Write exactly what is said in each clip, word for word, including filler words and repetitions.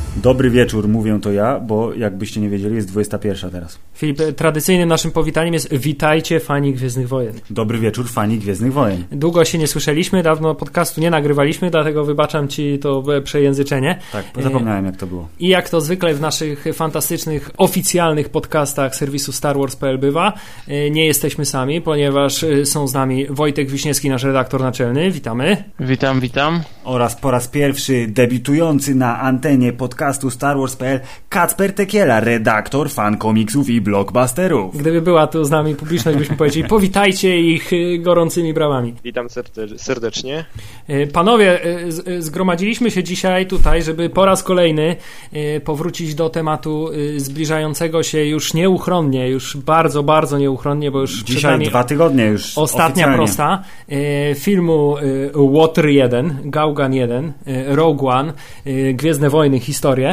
Dobry wieczór, mówię to ja, bo jakbyście nie wiedzieli, jest dwudziesta pierwsza teraz. Filip, tradycyjnym naszym powitaniem jest witajcie fani Gwiezdnych Wojen. Dobry wieczór, fani Gwiezdnych Wojen. Długo się nie słyszeliśmy, dawno podcastu nie nagrywaliśmy, dlatego wybaczam ci to przejęzyczenie. Tak, zapomniałem jak to było. I jak to zwykle w naszych fantastycznych, oficjalnych podcastach serwisu Star Wars kropka p l bywa, nie jesteśmy sami, ponieważ są z nami Wojtek Wiśniewski, nasz redaktor naczelny. Witamy. Witam, witam. Oraz po raz pierwszy debiutujący na antenie podcastu Star Wars kropka p l Kacper Tekiela, redaktor, fan komiksów i blockbusterów. Gdyby była tu z nami publiczność, byśmy powiedzieli powitajcie ich gorącymi brawami. Witam serdecznie. Panowie, zgromadziliśmy się dzisiaj tutaj, żeby po raz kolejny powrócić do tematu zbliżającego się już nieuchronnie, już bardzo, bardzo nieuchronnie, bo już dzisiaj dwa tygodnie już ostatnia oficjalnie. Prosta filmu Water jeden, Gaugan jeden, Rogue One, Gwiezdne Wojny, historię,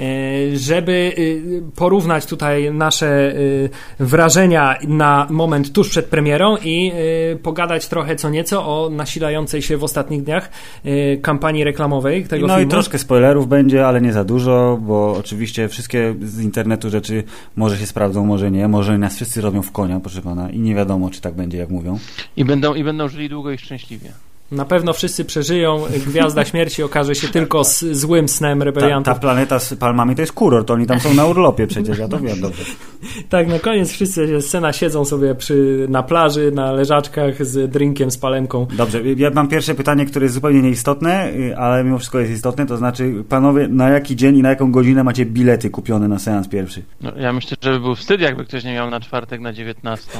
żeby porównać tutaj nasze wrażenia na moment tuż przed premierą i pogadać trochę co nieco o nasilającej się w ostatnich dniach kampanii reklamowej tego no filmu. I troszkę spoilerów będzie, ale nie za dużo, bo oczywiście wszystkie z internetu rzeczy może się sprawdzą, może nie, może nas wszyscy robią w konia, proszę pana, i nie wiadomo, czy tak będzie, jak mówią. I będą, i będą żyli długo i szczęśliwie. Na pewno wszyscy przeżyją, Gwiazda Śmierci okaże się tylko z złym snem rebeliantów. Ta, ta planeta z palmami to jest kurort, oni tam są na urlopie przecież, ja to wiem dobrze. Tak, na koniec wszyscy scena siedzą sobie przy, na plaży, na leżaczkach z drinkiem, z palemką. Dobrze, ja mam pierwsze pytanie, które jest zupełnie nieistotne, ale mimo wszystko jest istotne, to znaczy, panowie, na jaki dzień i na jaką godzinę macie bilety kupione na seans pierwszy? No, ja myślę, że by był wstyd, jakby ktoś nie miał na czwartek na dziewiętnastą.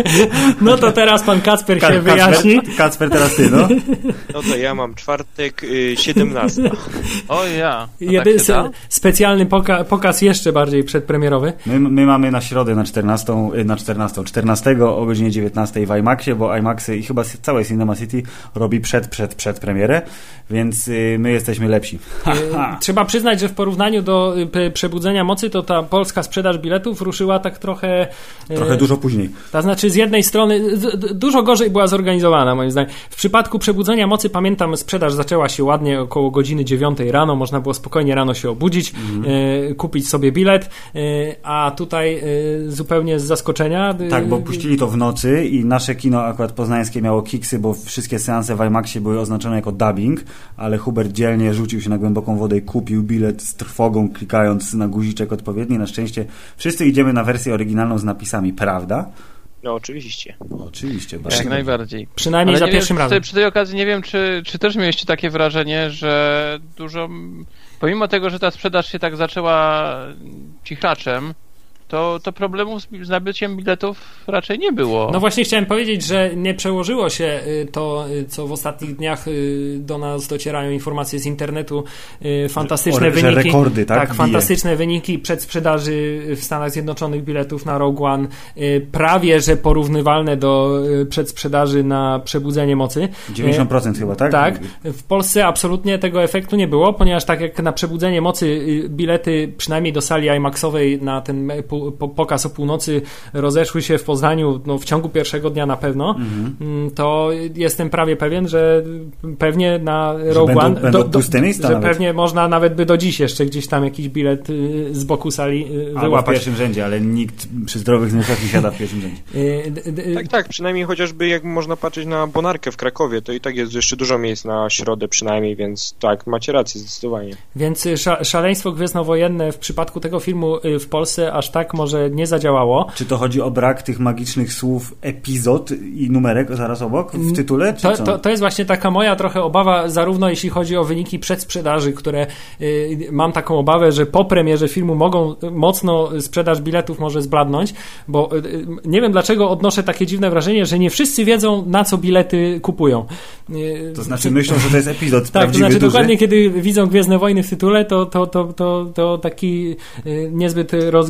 No to teraz pan Kacper się Ka- wyjaśni. Kacper, Kacper, teraz ty, no. No to ja mam czwartek y, siedemnasta. O ja. Jedy, tak się specjalny poka- pokaz jeszcze bardziej przedpremierowy. My, my mamy na środę na czternastą, na czternastą, czternastego o godzinie dziewiętnastej w IMAXie, bo IMAXy i chyba całe Cinema City robi przed, przed, przed premierę, więc y, my jesteśmy lepsi. Trzeba przyznać, że w porównaniu do y, Przebudzenia Mocy, to ta polska sprzedaż biletów ruszyła tak trochę... Y, trochę dużo później. To znaczy z jednej strony d- d- dużo gorzej była zorganizowana, moim zdaniem. W przypadku Przebudzenia Mocy, pamiętam, sprzedaż zaczęła się ładnie około godziny dziewiątej rano, można było spokojnie rano się obudzić, mm. y, kupić sobie bilet, y, a tutaj y, zupełnie z zaskoczenia... Y, tak, bo puścili to w nocy i nasze kino akurat poznańskie miało kiksy, bo wszystkie seanse w IMAXie były oznaczone jako dubbing, ale Hubert dzielnie rzucił się na głęboką wodę i kupił bilet z trwogą, klikając na guziczek odpowiedni. Na szczęście wszyscy idziemy na wersję oryginalną z napisami, prawda? No oczywiście. Oczywiście. Jak dobrze. Najbardziej. Przynajmniej ale za pierwszym wiem, razem. Przy, przy tej okazji nie wiem, czy, czy też mieliście takie wrażenie, że dużo... Pomimo tego, że ta sprzedaż się tak zaczęła chichlaczem, To, to problemów z, z nabyciem biletów raczej nie było. No właśnie chciałem powiedzieć, że nie przełożyło się to, co w ostatnich dniach do nas docierają informacje z internetu, fantastyczne o, wyniki. Że rekordy, tak? Tak, fantastyczne wyniki przedsprzedaży w Stanach Zjednoczonych biletów na Rogue One, prawie że porównywalne do przedsprzedaży na Przebudzenie Mocy. dziewięćdziesiąt procent chyba, tak? Tak. W Polsce absolutnie tego efektu nie było, ponieważ tak jak na Przebudzenie Mocy bilety, przynajmniej do sali IMAXowej na ten Po, pokaz o północy rozeszły się w Poznaniu no, w ciągu pierwszego dnia na pewno, mm-hmm. to jestem prawie pewien, że pewnie na Rogue One będą, będą puste miejsca że nawet. pewnie można nawet by do dziś jeszcze gdzieś tam jakiś bilet y, z boku sali y, wyłapać. Albo w pierwszym rzędzie, ale nikt przy zdrowych zmysłach nie siada w pierwszym rzędzie. Y, d, d, tak, tak, przynajmniej chociażby jak można patrzeć na Bonarkę w Krakowie, to i tak jest jeszcze dużo miejsc na środę przynajmniej, więc tak, macie rację zdecydowanie. Więc sza, szaleństwo gwiezdnowojenne w przypadku tego filmu w Polsce aż tak może nie zadziałało. Czy to chodzi o brak tych magicznych słów epizod i numerek zaraz obok w tytule? Czy to, co? To, to jest właśnie taka moja trochę obawa, zarówno jeśli chodzi o wyniki przedsprzedaży, które y, mam taką obawę, że po premierze filmu mogą mocno sprzedaż biletów może zbladnąć, bo y, nie wiem dlaczego odnoszę takie dziwne wrażenie, że nie wszyscy wiedzą, na co bilety kupują. Y, to znaczy myślą, że to jest epizod tak, to znaczy duży. dokładnie kiedy widzą Gwiezdne Wojny w tytule, to, to, to, to, to taki y, niezbyt rozgarnięty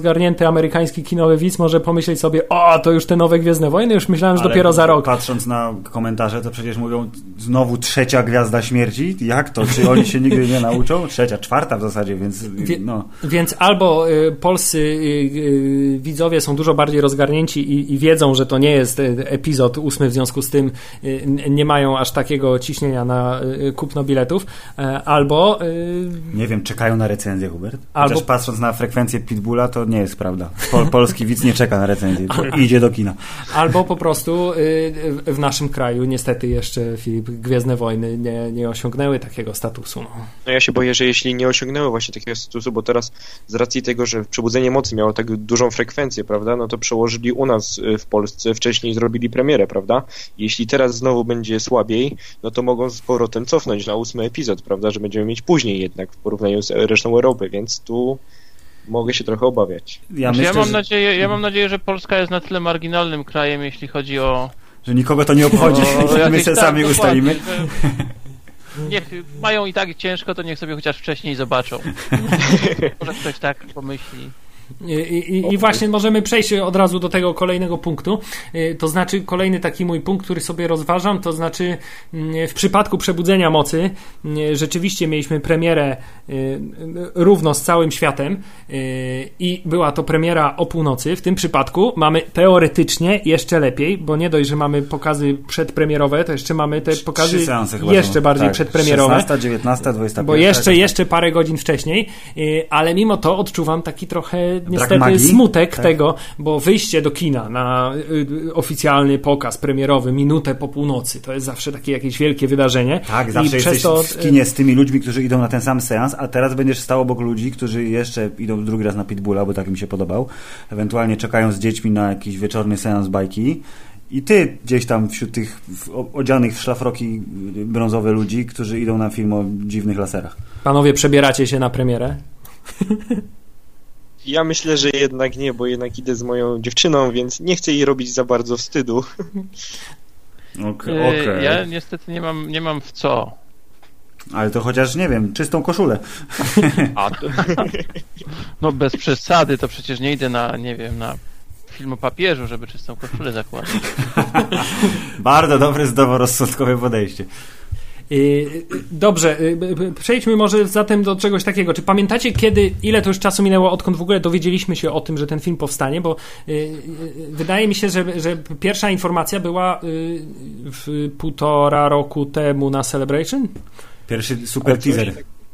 bogaty amerykański kinowy widz może pomyśleć sobie, o, to już te nowe Gwiezdne Wojny, już myślałem, że Ale dopiero za rok. Patrząc na komentarze, to przecież mówią znowu trzecia Gwiazda Śmierci. Jak to? Czy oni się nigdy nie nauczą? Trzecia, czwarta w zasadzie, więc Wie, no. Więc albo y, polscy y, y, widzowie są dużo bardziej rozgarnięci i, i wiedzą, że to nie jest y, epizod ósmy, w związku z tym y, nie mają aż takiego ciśnienia na y, kupno biletów, y, albo y, nie wiem, czekają na recenzję, Hubert? Albo... Chociaż patrząc na frekwencję Pitbulla, to nie jest prawda. Pol, polski widz nie czeka na recenzję, idzie do kina. Albo po prostu y, w naszym kraju niestety jeszcze, Filip, Gwiezdne Wojny nie, nie osiągnęły takiego statusu. No. no ja się boję, że jeśli nie osiągnęły właśnie takiego statusu, bo teraz z racji tego, że Przebudzenie Mocy miało tak dużą frekwencję, prawda, no to przełożyli u nas w Polsce, wcześniej zrobili premierę, prawda? Jeśli teraz znowu będzie słabiej, no to mogą z powrotem cofnąć na ósmy epizod, prawda, że będziemy mieć później jednak w porównaniu z resztą Europy, więc tu mogę się trochę obawiać. Ja, myślę, ja, mam, że... nadzieję, ja mam nadzieję, że Polska jest na tyle marginalnym krajem, jeśli chodzi o... Że nikogo to nie obchodzi, o, my się sami tak, ustalimy. Niech mają i tak ciężko, to niech sobie chociaż wcześniej zobaczą. Może ktoś tak pomyśli. I, i, I właśnie możemy przejść od razu do tego kolejnego punktu. To znaczy, kolejny taki mój punkt, który sobie rozważam, to znaczy w przypadku Przebudzenia Mocy rzeczywiście mieliśmy premierę równo z całym światem i była to premiera o północy. W tym przypadku mamy teoretycznie jeszcze lepiej, bo nie dość, że mamy pokazy przedpremierowe, to jeszcze mamy te pokazy jeszcze bardziej tak, przedpremierowe. szesnasta, dziewiętnasta, dwudziesta piąta. Bo jeszcze, tak, jeszcze parę godzin wcześniej, ale mimo to odczuwam taki trochę niestety magii? smutek tak. tego, bo wyjście do kina na y, oficjalny pokaz premierowy minutę po północy, to jest zawsze takie jakieś wielkie wydarzenie. Tak, zawsze I jesteś to, w kinie z tymi ludźmi, którzy idą na ten sam seans, a teraz będziesz stał obok ludzi, którzy jeszcze idą drugi raz na Pitbulla, bo tak im się podobał, ewentualnie czekają z dziećmi na jakiś wieczorny seans bajki. I ty gdzieś tam wśród tych odzianych w szlafroki brązowe ludzi, którzy idą na film o dziwnych laserach. Panowie, przebieracie się na premierę? Ja myślę, że jednak nie, bo jednak idę z moją dziewczyną, więc nie chcę jej robić za bardzo wstydu. Okay, okay. Ja niestety nie mam, nie mam w co. Ale to chociaż, nie wiem, czystą koszulę. A to... No bez przesady, to przecież nie idę na, nie wiem, na film o papieżu, żeby czystą koszulę zakładać. Bardzo dobre, zdroworozsądkowe podejście. Dobrze, przejdźmy może zatem do czegoś takiego. Czy pamiętacie, kiedy, ile to już czasu minęło, odkąd w ogóle dowiedzieliśmy się o tym, że ten film powstanie? Bo wydaje mi się, że, że pierwsza informacja była w półtora roku temu na Celebration? Pierwszy super teaser.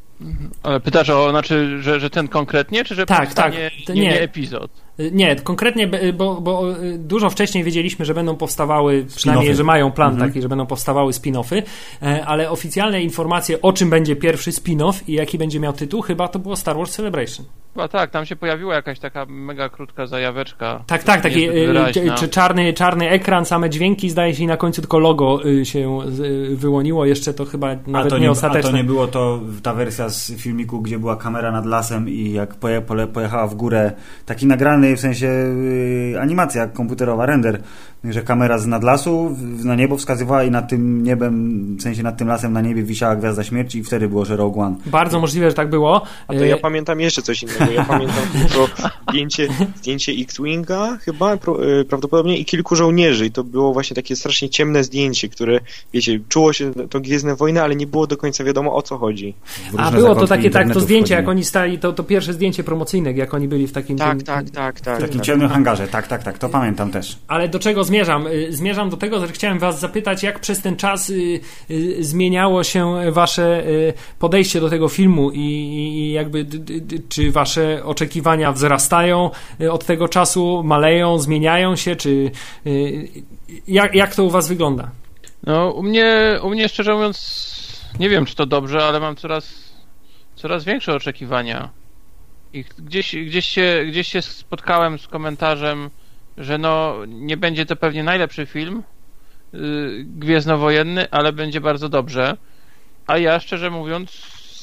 Ale pytasz o, znaczy, że, że ten konkretnie, czy że tak, powstanie tak, nie, nie. nie epizod? Nie, konkretnie, bo, bo dużo wcześniej wiedzieliśmy, że będą powstawały, przynajmniej, że mają plan mhm. taki, że będą powstawały spin-offy, ale oficjalne informacje, o czym będzie pierwszy spin-off i jaki będzie miał tytuł, chyba to było Star Wars Celebration. Chyba tak, tam się pojawiła jakaś taka mega krótka zajaweczka. Tak, tak, taki czy czarny, czarny ekran, same dźwięki, zdaje się, i na końcu tylko logo się wyłoniło, jeszcze to chyba nawet a to nie, nie ostateczne. A to nie było to ta wersja z filmiku, gdzie była kamera nad lasem i jak poje, pole, pojechała w górę, taki nagrany w sensie y, animacja komputerowa, render, że kamera z nad lasu na niebo wskazywała i nad tym niebem, w sensie nad tym lasem na niebie wisiała Gwiazda Śmierci i wtedy było, że Rogue One. Bardzo możliwe, że tak było. A to ja pamiętam jeszcze coś innego. Ja pamiętam tylko zdjęcie, zdjęcie X-Winga chyba, prawdopodobnie, i kilku żołnierzy i to było właśnie takie strasznie ciemne zdjęcie, które, wiecie, czuło się to Gwiezdne Wojny, ale nie było do końca wiadomo, o co chodzi. A było to takie, tak, to zdjęcie, wchodzimy. Jak oni stali, to, to pierwsze zdjęcie promocyjne, jak oni byli w takim... Tak, tym, tak, tak, tak. W takim tak, ciemnym tak. hangarze, tak, tak, tak, to pamiętam też. Ale do czego zmierzam? Zmierzam do tego, że chciałem was zapytać, jak przez ten czas y, y, zmieniało się wasze y, podejście do tego filmu i, i jakby d, d, czy wasze oczekiwania wzrastają y, od tego czasu, maleją, zmieniają się, czy y, jak, jak to u was wygląda? No u mnie, u mnie szczerze mówiąc nie wiem, czy to dobrze, ale mam coraz coraz większe oczekiwania i gdzieś, gdzieś, się, gdzieś się spotkałem z komentarzem, że no nie będzie to pewnie najlepszy film yy, gwiezdnowojenny, ale będzie bardzo dobrze. A ja szczerze mówiąc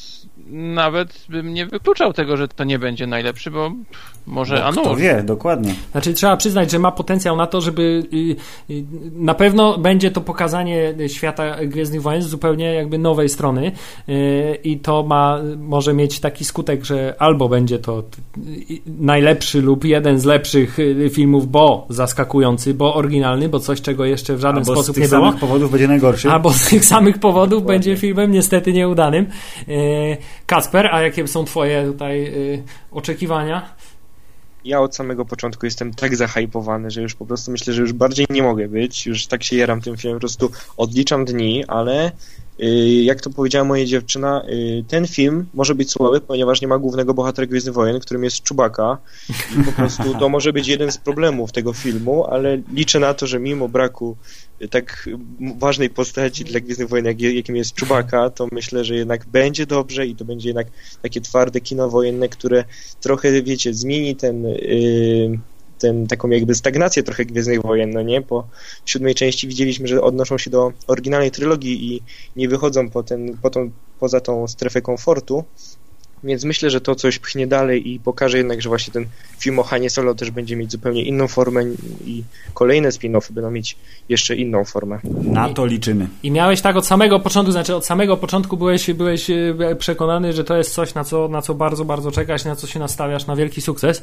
nawet bym nie wykluczał tego, że to nie będzie najlepszy, bo może no, a kto nuż. wie, dokładnie. Znaczy trzeba przyznać, że ma potencjał na to, żeby na pewno będzie to pokazanie świata Gwiezdnych Wojen z zupełnie jakby nowej strony i to ma, może mieć taki skutek, że albo będzie to najlepszy lub jeden z lepszych filmów, bo zaskakujący, bo oryginalny, bo coś, czego jeszcze w żaden albo sposób nie było. z tych samych powodów będzie najgorszy. Albo z tych samych powodów Dokładnie. Będzie filmem niestety nieudanym. Kacper, a jakie są twoje tutaj oczekiwania? Ja od samego początku jestem tak zahajpowany, że już po prostu myślę, że już bardziej nie mogę być. Już tak się jaram tym filmem, po prostu odliczam dni, ale jak to powiedziała moja dziewczyna, ten film może być słaby, ponieważ nie ma głównego bohatera Gwiezdnych Wojen, którym jest Chewbacca i po prostu to może być jeden z problemów tego filmu, ale liczę na to, że mimo braku tak ważnej postaci dla Gwiezdnych Wojen, jak, jakim jest Chewbacca, to myślę, że jednak będzie dobrze i to będzie jednak takie twarde kino wojenne, które trochę, wiecie, zmieni ten... Yy, ten, taką jakby stagnację trochę Gwiezdnych Wojen, no nie? Po siódmej części widzieliśmy, że odnoszą się do oryginalnej trylogii i nie wychodzą po ten, po tą, poza tą strefę komfortu, więc myślę, że to coś pchnie dalej i pokaże jednak, że właśnie ten film o Hanie Solo też będzie mieć zupełnie inną formę i kolejne spin-offy będą mieć jeszcze inną formę. Na to liczymy. I miałeś tak od samego początku, znaczy od samego początku byłeś, byłeś przekonany, że to jest coś, na co, na co bardzo, bardzo czekasz, na co się nastawiasz, na wielki sukces.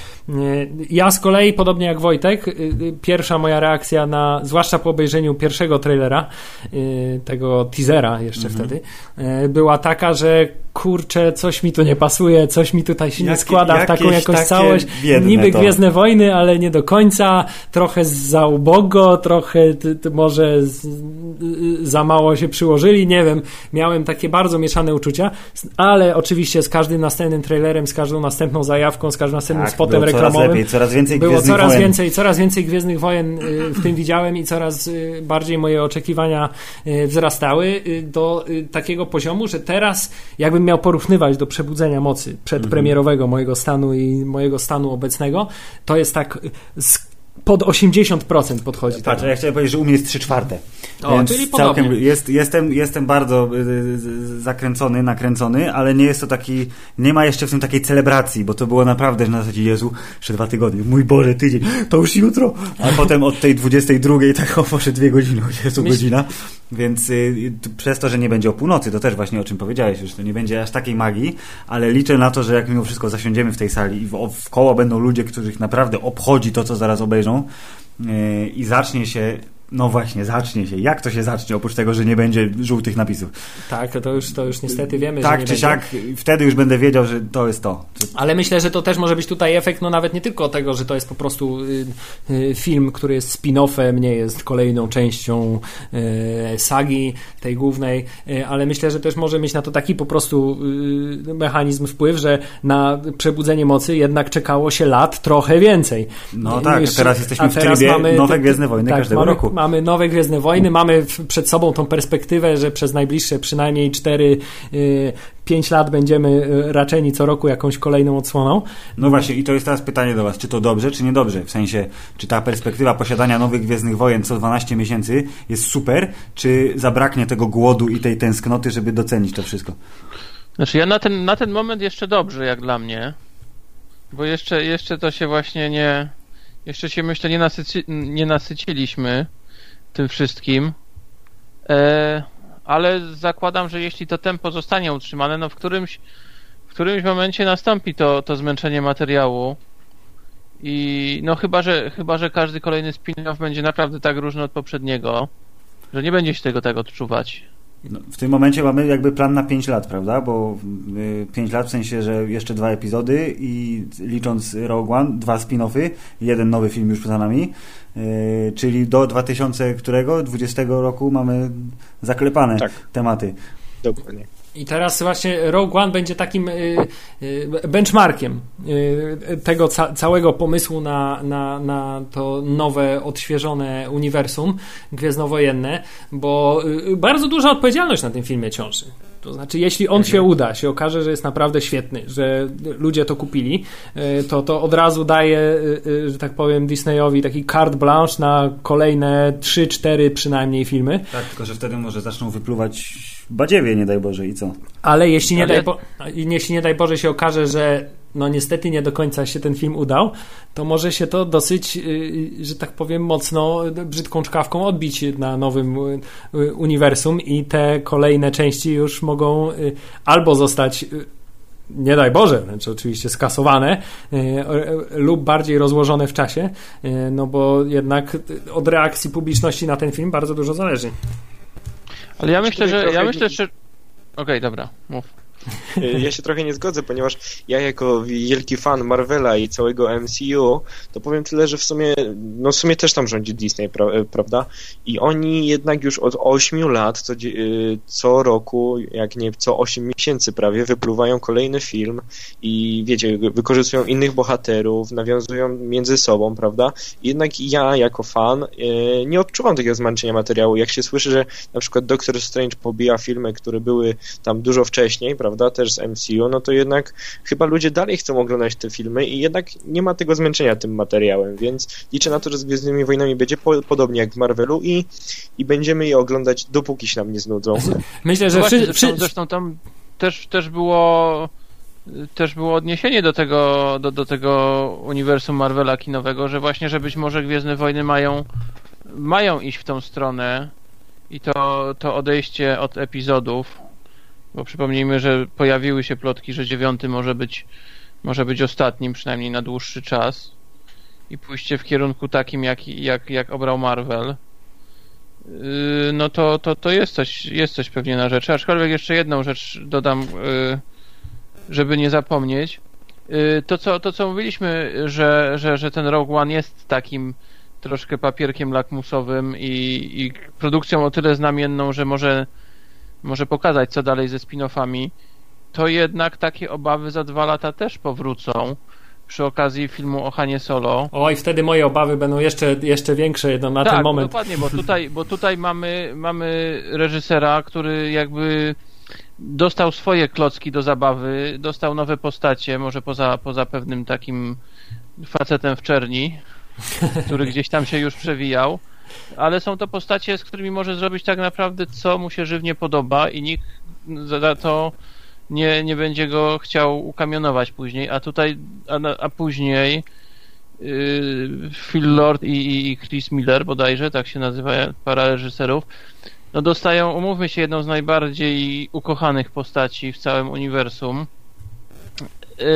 Ja z kolei, podobnie jak Wojtek, pierwsza moja reakcja na, zwłaszcza po obejrzeniu pierwszego trailera, tego teasera jeszcze mhm. wtedy, była taka, że kurczę, coś mi tu nie pasuje, coś mi tutaj się jakie, nie składa w taką jakoś całość. Niby to. Gwiezdne Wojny, ale nie do końca, trochę za ubogo, trochę t, t, może z, za mało się przyłożyli, nie wiem. Miałem takie bardzo mieszane uczucia, ale oczywiście z każdym następnym trailerem, z każdą następną zajawką, z każdym następnym tak, spotem reklamowym coraz lepiej, coraz więcej było Gwiezdnych coraz Wojen. więcej, coraz więcej Gwiezdnych Wojen w tym widziałem i coraz bardziej moje oczekiwania wzrastały do takiego poziomu, że teraz jakbym miał porównywać do Przebudzenia Mocy przedpremierowego mojego stanu i mojego stanu obecnego, to jest tak z pod osiemdziesiąt procent podchodzi. Patrz, ja chciałem powiedzieć, że u mnie jest trzy czwarte. O, Więc czyli całkiem podobnie. jest, jestem, jestem bardzo y, zakręcony, nakręcony, ale nie jest to taki, nie ma jeszcze w tym takiej celebracji, bo to było naprawdę, że na zasadzie Jezu, jeszcze dwa tygodnie, mój Boże, tydzień, to już jutro, a potem od tej dwudziestej drugiej tak o może dwie godziny, o Jezu, Myśl... godzina, więc y, przez to, że nie będzie o północy, to też właśnie o czym powiedziałeś już, to nie będzie aż takiej magii, ale liczę na to, że jak mimo wszystko zasiądziemy w tej sali i w, w koło będą ludzie, których naprawdę obchodzi to, co zaraz obejrzą, i zacznie się, no właśnie, zacznie się. Jak to się zacznie, oprócz tego, że nie będzie żółtych napisów? Tak, to już, to już niestety wiemy, tak, że nie czy będzie. siak, wtedy już będę wiedział, że to jest to. Ale myślę, że to też może być tutaj efekt, no nawet nie tylko tego, że to jest po prostu y, y, film, który jest spin-offem, nie jest kolejną częścią y, sagi tej głównej, y, ale myślę, że też może mieć na to taki po prostu y, mechanizm wpływ, że na Przebudzenie Mocy jednak czekało się lat trochę więcej. No tak, niż, a teraz jesteśmy a teraz w trybie mamy, nowe Gwiezdne Wojny tak, każdego mamy, roku. Mamy nowe Gwiezdne Wojny, mamy przed sobą tą perspektywę, że przez najbliższe przynajmniej cztery pięć lat będziemy raczeni co roku jakąś kolejną odsłoną. No właśnie, i to jest teraz pytanie do was, czy to dobrze, czy niedobrze? W sensie, czy ta perspektywa posiadania nowych Gwiezdnych Wojen co dwanaście miesięcy jest super, czy zabraknie tego głodu i tej tęsknoty, żeby docenić to wszystko? Znaczy ja na ten, na ten moment jeszcze dobrze, jak dla mnie, bo jeszcze, jeszcze to się właśnie nie... Jeszcze się, myślę, nie, nasyci, nie nasyciliśmy tym wszystkim, e, ale zakładam, że jeśli to tempo zostanie utrzymane, no w którymś, w którymś momencie nastąpi to, to zmęczenie materiału i no chyba, że, chyba, że każdy kolejny spin-off będzie naprawdę tak różny od poprzedniego, że nie będzie się tego tak odczuwać. No, w tym momencie mamy jakby plan na pięć lat, prawda? Bo y, pięć lat w sensie, że jeszcze dwa epizody i licząc Rogue One, dwa spin-offy, jeden nowy film już za nami, y, czyli do dwa tysiące dwudziestego roku mamy zaklepane tak. tematy. Dokładnie. I teraz właśnie Rogue One będzie takim y, y, benchmarkiem y, tego ca- całego pomysłu na, na, na to nowe, odświeżone uniwersum gwiezdnowojenne, bo y, bardzo duża odpowiedzialność na tym filmie ciąży. To znaczy, jeśli on się uda, się okaże, że jest naprawdę świetny, że ludzie to kupili, to to od razu daje, że tak powiem, Disneyowi taki carte blanche na kolejne trzy cztery przynajmniej filmy. Tak, tylko że wtedy może zaczną wypluwać badziewie, nie daj Boże, i co? Ale jeśli nie, Ale... daj, Bo... jeśli nie daj Boże się okaże, że no niestety nie do końca się ten film udał, to może się to dosyć, że tak powiem, mocno brzydką czkawką odbić na nowym uniwersum i te kolejne części już mogą albo zostać, nie daj Boże, znaczy oczywiście skasowane lub bardziej rozłożone w czasie, no bo jednak od reakcji publiczności na ten film bardzo dużo zależy. Ale ja myślę, że ja myślę, że okej, okay, dobra, mów. Ja się trochę nie zgodzę, ponieważ ja jako wielki fan Marvela i całego M C U, to powiem tyle, że w sumie, no w sumie też tam rządzi Disney, pra, prawda? I oni jednak już od ośmiu lat, co, co roku, jak nie co osiem miesięcy prawie, wypluwają kolejny film i wiecie, wykorzystują innych bohaterów, nawiązują między sobą, prawda? I jednak ja jako fan nie odczuwam takiego zmęczenia materiału. Jak się słyszy, że na przykład Doctor Strange pobija filmy, które były tam dużo wcześniej, prawda? Też z M C U, no to jednak chyba ludzie dalej chcą oglądać te filmy i jednak nie ma tego zmęczenia tym materiałem, więc liczę na to, że z Gwiezdnymi Wojnami będzie po, podobnie jak w Marvelu i, i będziemy je oglądać, dopóki się nam nie znudzą. Myślę, że no właśnie, wszy... zresztą, zresztą tam też, też było też było odniesienie do tego, do, do tego uniwersum Marvela kinowego, że właśnie, że być może Gwiezdne Wojny mają mają iść w tą stronę i to, to odejście od epizodów, bo przypomnijmy, że pojawiły się plotki, że dziewiąty może być, może być ostatnim, przynajmniej na dłuższy czas, i pójście w kierunku takim, jak, jak, jak obrał Marvel, yy, no to, to, to jest coś, jest coś pewnie na rzeczy. Aczkolwiek jeszcze jedną rzecz dodam, yy, żeby nie zapomnieć. Yy, to, co, to, co mówiliśmy, że, że, że ten Rogue One jest takim troszkę papierkiem lakmusowym i, i produkcją o tyle znamienną, że może może pokazać, co dalej ze spin-offami, to jednak takie obawy za dwa lata też powrócą przy okazji filmu o Hanie Solo. Oj, wtedy moje obawy będą jeszcze, jeszcze większe no, na tak, ten moment. Tak, dokładnie, bo tutaj, bo tutaj mamy, mamy reżysera, który jakby dostał swoje klocki do zabawy, dostał nowe postacie, może poza, poza pewnym takim facetem w czerni, który gdzieś tam się już przewijał, ale są to postacie, z którymi może zrobić tak naprawdę, co mu się żywnie podoba i nikt za to nie, nie będzie go chciał ukamionować później, a tutaj, a, a później yy, Phil Lord i, i Chris Miller bodajże, tak się nazywa para reżyserów, no dostają, umówmy się, jedną z najbardziej ukochanych postaci w całym uniwersum, yy,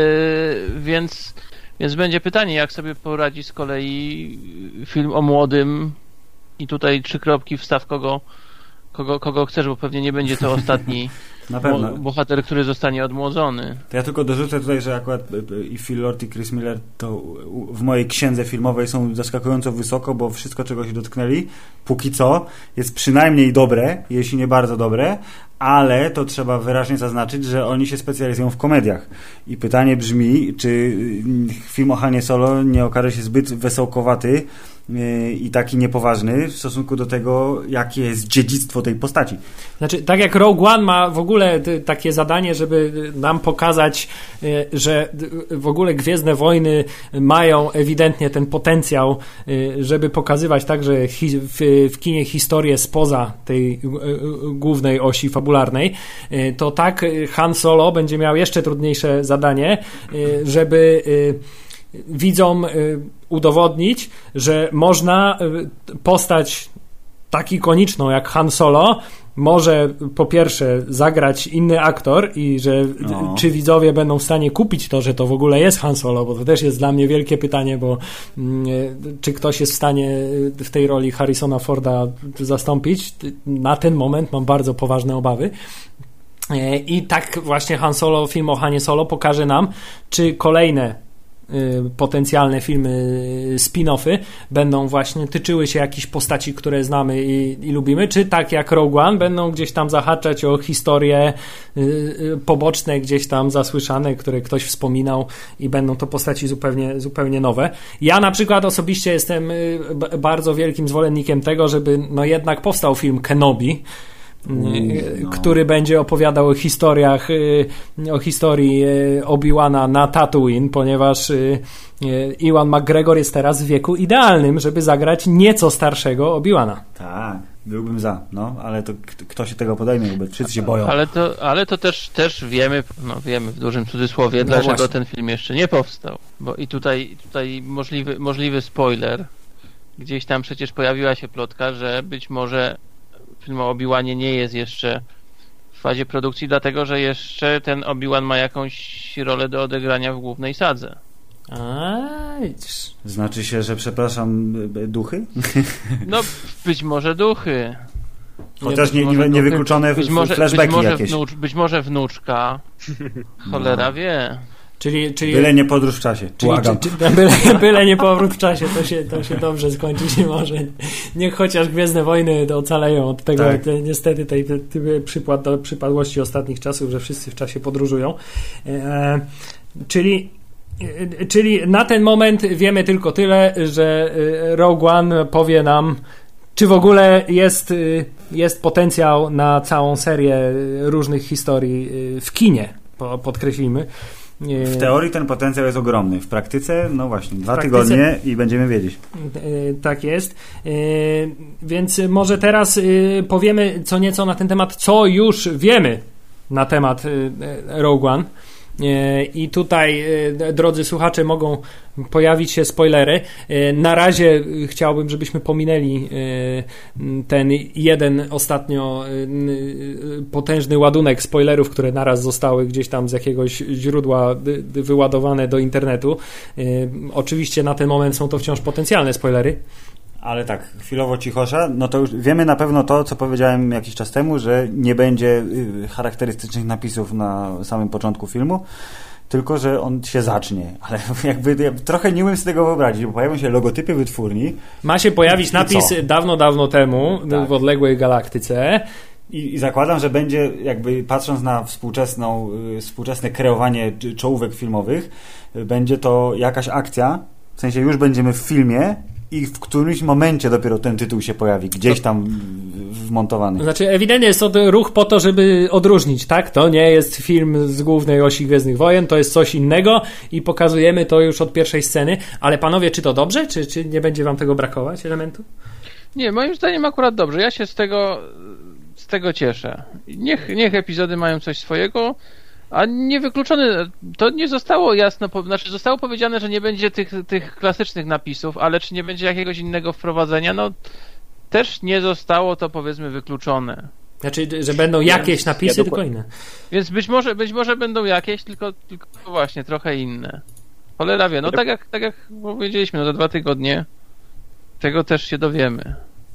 więc, więc będzie pytanie, jak sobie poradzi z kolei film o młodym. I tutaj trzy kropki wstaw kogo, kogo, kogo chcesz, bo pewnie nie będzie to ostatni Na pewno. bohater, który zostanie odmłodzony. To ja tylko dorzucę tutaj, że akurat i Phil Lord i Chris Miller to w mojej księdze filmowej są zaskakująco wysoko, bo wszystko, czego się dotknęli, póki co jest przynajmniej dobre, jeśli nie bardzo dobre, ale to trzeba wyraźnie zaznaczyć, że oni się specjalizują w komediach. I pytanie brzmi, czy film o Hanie Solo nie okaże się zbyt wesołkowaty i taki niepoważny w stosunku do tego, jakie jest dziedzictwo tej postaci. Znaczy, tak jak Rogue One ma w ogóle takie zadanie, żeby nam pokazać, że w ogóle Gwiezdne Wojny mają ewidentnie ten potencjał, żeby pokazywać także w kinie historię spoza tej głównej osi fabularnej, to tak Han Solo będzie miał jeszcze trudniejsze zadanie, żeby widzom udowodnić, że można postać tak ikoniczną jak Han Solo może po pierwsze zagrać inny aktor i że no. czy widzowie będą w stanie kupić to, że to w ogóle jest Han Solo, bo to też jest dla mnie wielkie pytanie, bo mm, czy ktoś jest w stanie w tej roli Harrisona Forda zastąpić? Na ten moment mam bardzo poważne obawy. I tak właśnie Han Solo, film o Hanie Solo pokaże nam, czy kolejne potencjalne filmy spin-offy będą właśnie tyczyły się jakichś postaci, które znamy i, i lubimy, czy tak jak Rogue One będą gdzieś tam zahaczać o historie y, poboczne, gdzieś tam zasłyszane, które ktoś wspominał i będą to postaci zupełnie, zupełnie nowe. Ja na przykład osobiście jestem y, b- bardzo wielkim zwolennikiem tego, żeby no jednak powstał film Kenobi, no. który będzie opowiadał o historiach, o historii Obi-Wana na Tatooine, ponieważ Ewan McGregor jest teraz w wieku idealnym, żeby zagrać nieco starszego Obi-Wana. Tak, byłbym za, no, ale to kto się tego podejmie, bo wszyscy się boją. Ale to, ale to też, też wiemy, no wiemy w dużym cudzysłowie, no dlaczego właśnie. Ten film jeszcze nie powstał. Bo i tutaj, tutaj możliwy, możliwy spoiler. Gdzieś tam przecież pojawiła się plotka, że być może film o Obi-Wanie nie jest jeszcze w fazie produkcji, dlatego że jeszcze ten Obi-Wan ma jakąś rolę do odegrania w głównej sadze. Aj. Znaczy się, że przepraszam, duchy? No, być może duchy. Chociaż nie, nie, nie wykluczone być może, flashbacki być może jakieś. Wnucz, być może wnuczka. Cholera no. wie. Czyli, czyli... Byle nie podróż w czasie. Czyli, czy, czy, byle, byle nie powrót w czasie, to się, to się dobrze skończyć nie może. Niech chociaż Gwiezdne Wojny ocaleją od tego, tak. te, niestety tej, tej, tej przypłat, przypadłości ostatnich czasów, że wszyscy w czasie podróżują. E, czyli Czyli na ten moment wiemy tylko tyle, że Rogue One powie nam, czy w ogóle jest, jest potencjał na całą serię różnych historii w kinie, podkreślimy. W teorii ten potencjał jest ogromny. W praktyce, no właśnie, dwa praktyce, tygodnie i będziemy wiedzieć. Tak jest. Więc może teraz powiemy co nieco na ten temat, co już wiemy na temat Rogue One. I tutaj, drodzy słuchacze, mogą pojawić się spoilery. Na razie chciałbym, żebyśmy pominęli ten jeden ostatnio potężny ładunek spoilerów, które naraz zostały gdzieś tam z jakiegoś źródła wyładowane do internetu. Oczywiście na ten moment są to wciąż potencjalne spoilery. Ale tak, chwilowo cichosza, no to już wiemy na pewno to, co powiedziałem jakiś czas temu, że nie będzie charakterystycznych napisów na samym początku filmu, tylko że on się zacznie. Ale jakby ja trochę nie umiem sobie tego wyobrazić, bo pojawią się logotypy wytwórni. Ma się pojawić napis dawno, dawno temu tak. w odległej galaktyce. I, I zakładam, że będzie jakby patrząc na współczesną, współczesne kreowanie czołówek filmowych, będzie to jakaś akcja, w sensie już będziemy w filmie, i w którymś momencie dopiero ten tytuł się pojawi, gdzieś tam wmontowany. Znaczy ewidentnie jest to ruch po to, żeby odróżnić, tak? To nie jest film z głównej osi Gwiezdnych Wojen, to jest coś innego i pokazujemy to już od pierwszej sceny, ale panowie, czy to dobrze? Czy, czy nie będzie wam tego brakować elementu? Nie, moim zdaniem akurat dobrze. Ja się z tego z tego cieszę. Niech, niech epizody mają coś swojego, a niewykluczone, to nie zostało jasno, znaczy zostało powiedziane, że nie będzie tych, tych klasycznych napisów, ale czy nie będzie jakiegoś innego wprowadzenia, no też nie zostało to powiedzmy wykluczone. Znaczy, że będą jakieś napisy, ja tylko inne. Więc być może, być może będą jakieś, tylko, tylko właśnie trochę inne. Cholera wie, no tak jak, tak jak powiedzieliśmy, no za dwa tygodnie tego też się dowiemy.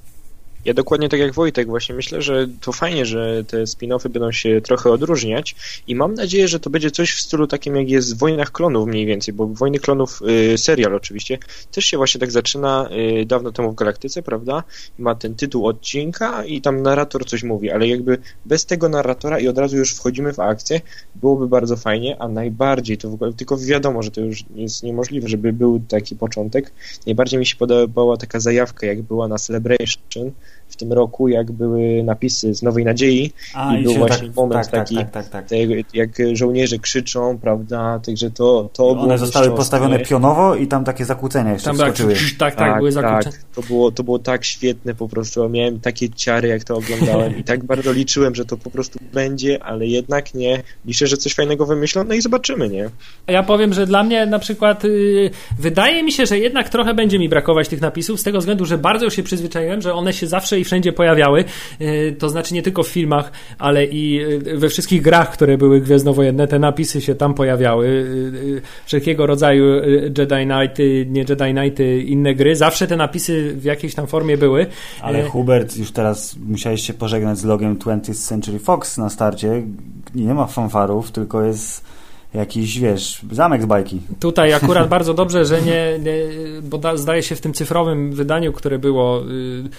Ja dokładnie tak jak Wojtek właśnie myślę, że to fajnie, że te spin-offy będą się trochę odróżniać i mam nadzieję, że to będzie coś w stylu takim jak jest w Wojnach Klonów mniej więcej, bo Wojny Klonów, y, serial oczywiście, też się właśnie tak zaczyna y, dawno temu w Galaktyce, prawda? Ma ten tytuł odcinka i tam narrator coś mówi, ale jakby bez tego narratora i od razu już wchodzimy w akcję, byłoby bardzo fajnie, a najbardziej to w ogóle, tylko wiadomo, że to już jest niemożliwe, żeby był taki początek. Najbardziej mi się podobała taka zajawka, jak była na Celebration w tym roku, jak były napisy z Nowej Nadziei A, i, i był właśnie tak, moment tak, taki, tak, tak, tak, tak. jak żołnierze krzyczą, prawda, także to, to One było zostały postawione pionowo i tam takie zakłócenia jeszcze tam wskoczyły. Tak, tak, tak, były zakłócenia. Tak, to było, to było tak świetne po prostu, miałem takie ciary, jak to oglądałem i tak bardzo liczyłem, że to po prostu będzie, ale jednak nie. Liczę, że coś fajnego wymyślą, no i zobaczymy, nie? Ja powiem, że dla mnie na przykład yy, wydaje mi się, że jednak trochę będzie mi brakować tych napisów, z tego względu, że bardzo się przyzwyczaiłem, że one się zawsze i wszędzie pojawiały, yy, to znaczy nie tylko w filmach, ale i yy, we wszystkich grach, które były gwiezdnowojenne, te napisy się tam pojawiały, yy, wszelkiego rodzaju Jedi Knighty, nie Jedi Knighty, inne gry, zawsze te napisy w jakiejś tam formie były. Ale yy. Hubert, już teraz musiałeś się pożegnać z logiem twentieth Century Fox na starcie, nie ma fanfarów, tylko jest jakiś, wiesz, zamek z bajki. Tutaj akurat bardzo dobrze, że nie, nie bo da, zdaje się w tym cyfrowym wydaniu, które było y,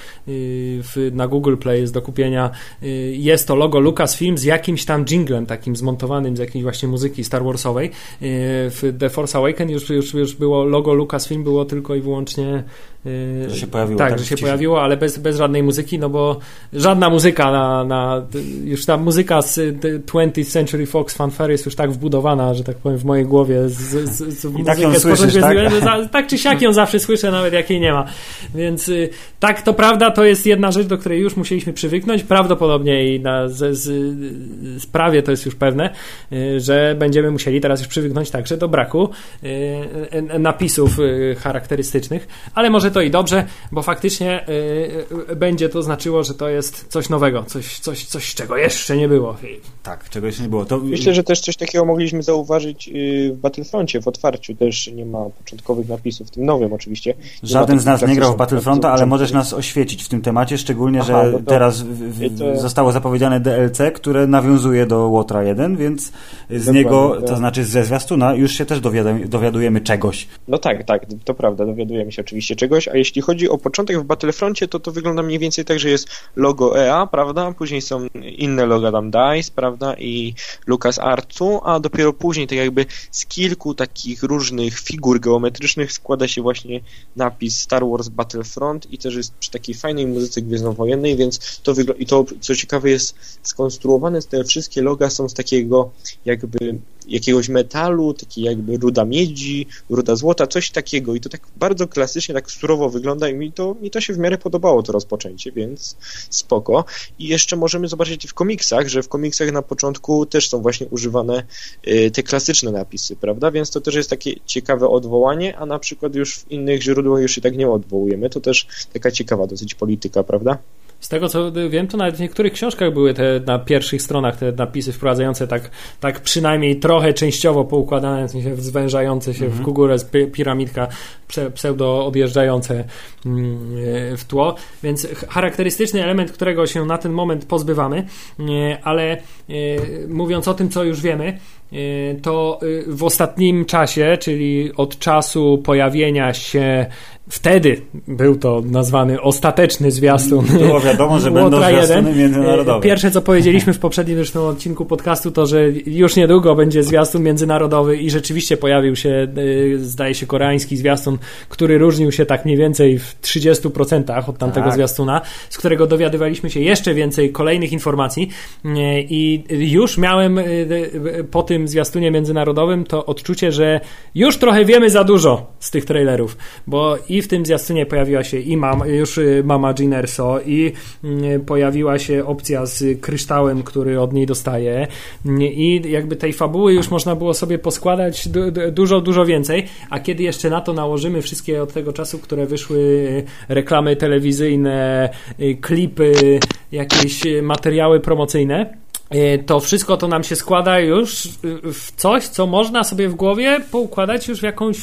y, w, na Google Play jest do kupienia, y, jest to logo Lucasfilm z jakimś tam jinglem takim zmontowanym z jakiejś właśnie muzyki Star Warsowej. Y, w The Force Awakens już, już, już było logo Lucasfilm, było tylko i wyłącznie Że się pojawiło. Tak, tak że się pojawiło, ale bez, bez żadnej muzyki, no bo żadna muzyka na, na już ta muzyka z twentieth Century Fox Fanfare jest już tak wbudowana, że tak powiem, w mojej głowie. Z, z, z I tak ją słyszysz, tak? Za, tak czy siak ją zawsze słyszę, nawet jak jej nie ma. Więc tak, to prawda, to jest jedna rzecz, do której już musieliśmy przywyknąć. Prawdopodobnie i na z, z, z prawie to jest już pewne, że będziemy musieli teraz już przywyknąć także do braku napisów charakterystycznych, ale może to i dobrze, bo faktycznie y, będzie to znaczyło, że to jest coś nowego, coś, coś, coś czego jeszcze nie było. Tak, czego jeszcze nie było. To... Myślę, że też coś takiego mogliśmy zauważyć w Battlefroncie, w otwarciu też nie ma początkowych napisów, w tym nowym oczywiście. Nie Żaden z nas nie grał w Battlefronta, ale możesz nas oświecić w tym temacie, szczególnie, Aha, że no to, teraz w, w, to... zostało zapowiedziane D L C, które nawiązuje do Łotra jeden, więc z Dokładnie, niego, to... to znaczy ze zwiastuna, już się też dowiadujemy, dowiadujemy czegoś. No tak, tak, to prawda, dowiadujemy się oczywiście czegoś, a jeśli chodzi o początek w Battlefroncie, to to wygląda mniej więcej tak, że jest logo E A, prawda, później są inne loga tam DICE, prawda, i LucasArtsu, a dopiero później tak jakby z kilku takich różnych figur geometrycznych składa się właśnie napis Star Wars Battlefront i też jest przy takiej fajnej muzyce gwiezdnowojennej, więc to wygląda, i to co ciekawe jest skonstruowane, te wszystkie loga są z takiego jakby jakiegoś metalu, taki jakby ruda miedzi, ruda złota, coś takiego i to tak bardzo klasycznie, tak surowo wygląda i mi to, mi to się w miarę podobało to rozpoczęcie, więc spoko. I jeszcze możemy zobaczyć w komiksach, że w komiksach na początku też są właśnie używane y, te klasyczne napisy, prawda? Więc to też jest takie ciekawe odwołanie, a na przykład już w innych źródłach już się tak nie odwołujemy. To też taka ciekawa dosyć polityka, prawda? Z tego co wiem, to nawet w niektórych książkach były te na pierwszych stronach te napisy wprowadzające tak, tak przynajmniej trochę częściowo poukładane, w sensie zwężające się mm-hmm. w górę piramidka, pseudo odjeżdżające w tło, więc charakterystyczny element, którego się na ten moment pozbywamy, ale mówiąc o tym, co już wiemy, to w ostatnim czasie, czyli od czasu pojawienia się, wtedy był to nazwany ostateczny zwiastun. Było wiadomo, że będą zwiastuny międzynarodowe. Pierwsze, co powiedzieliśmy w poprzednim zresztą odcinku podcastu, to, że już niedługo będzie zwiastun międzynarodowy i rzeczywiście pojawił się, zdaje się, koreański zwiastun, który różnił się tak mniej więcej w trzydziestu procentach od tamtego tak. zwiastuna, z którego dowiadywaliśmy się jeszcze więcej kolejnych informacji i już miałem po tym zwiastunie międzynarodowym to odczucie, że już trochę wiemy za dużo z tych trailerów, bo i w tym zwiastunie pojawiła się i mam, już mama Jyn Erso i pojawiła się opcja z kryształem, który od niej dostaje i jakby tej fabuły już można było sobie poskładać dużo, dużo więcej, a kiedy jeszcze na to nałożymy wszystkie od tego czasu, które wyszły reklamy telewizyjne, klipy, jakieś materiały promocyjne, to wszystko to nam się składa już w coś, co można sobie w głowie poukładać już w jakąś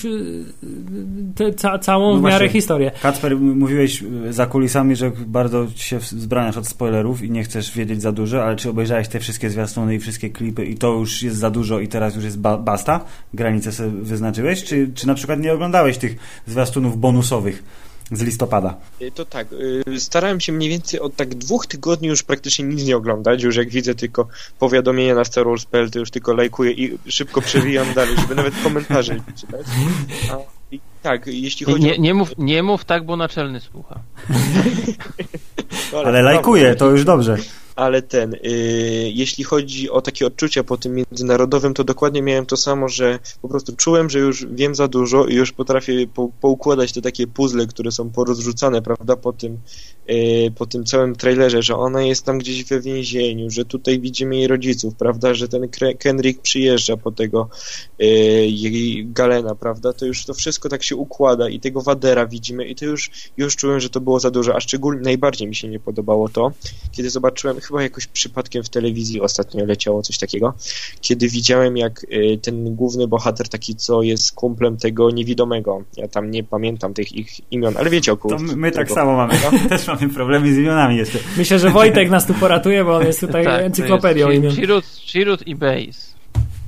te, ca, całą no w miarę właśnie, historię. Kacper, mówiłeś za kulisami, że bardzo się zbraniasz od spoilerów i nie chcesz wiedzieć za dużo, ale czy obejrzałeś te wszystkie zwiastuny i wszystkie klipy i to już jest za dużo i teraz już jest ba- basta? Granicę sobie wyznaczyłeś? Czy, czy na przykład nie oglądałeś tych zwiastunów bonusowych z listopada? To tak, starałem się mniej więcej od tak dwóch tygodni już praktycznie nic nie oglądać, już jak widzę tylko powiadomienia na Star Wars kropka p l, to już tylko lajkuję i szybko przewijam dalej, żeby nawet komentarze czytać. A, i tak, jeśli chodzi nie, o... nie, mów, nie mów tak, bo naczelny słucha. Ale, ale lajkuję, to już dobrze. Ale ten, y, jeśli chodzi o takie odczucia po tym międzynarodowym, to dokładnie miałem to samo, że po prostu czułem, że już wiem za dużo i już potrafię po, poukładać te takie puzzle, które są porozrzucane, prawda, po tym, y, po tym całym trailerze, że ona jest tam gdzieś we więzieniu, że tutaj widzimy jej rodziców, prawda, że ten Kendrick przyjeżdża po tego y, jej Galena, prawda, to już to wszystko tak się układa i tego Vadera widzimy i to już, już czułem, że to było za dużo, a szczególnie najbardziej mi się nie podobało to, kiedy zobaczyłem, chyba jakoś przypadkiem w telewizji ostatnio leciało coś takiego, kiedy widziałem, jak y, ten główny bohater, taki co jest kumplem tego niewidomego, ja tam nie pamiętam tych ich imion, ale wiecie o kogo. To my, my tak samo mamy, no? Też mamy problemy z imionami jeszcze. Myślę, że Wojtek nas tu poratuje, bo on jest tutaj tak, encyklopedią imion. Chirut, Chirut i Base.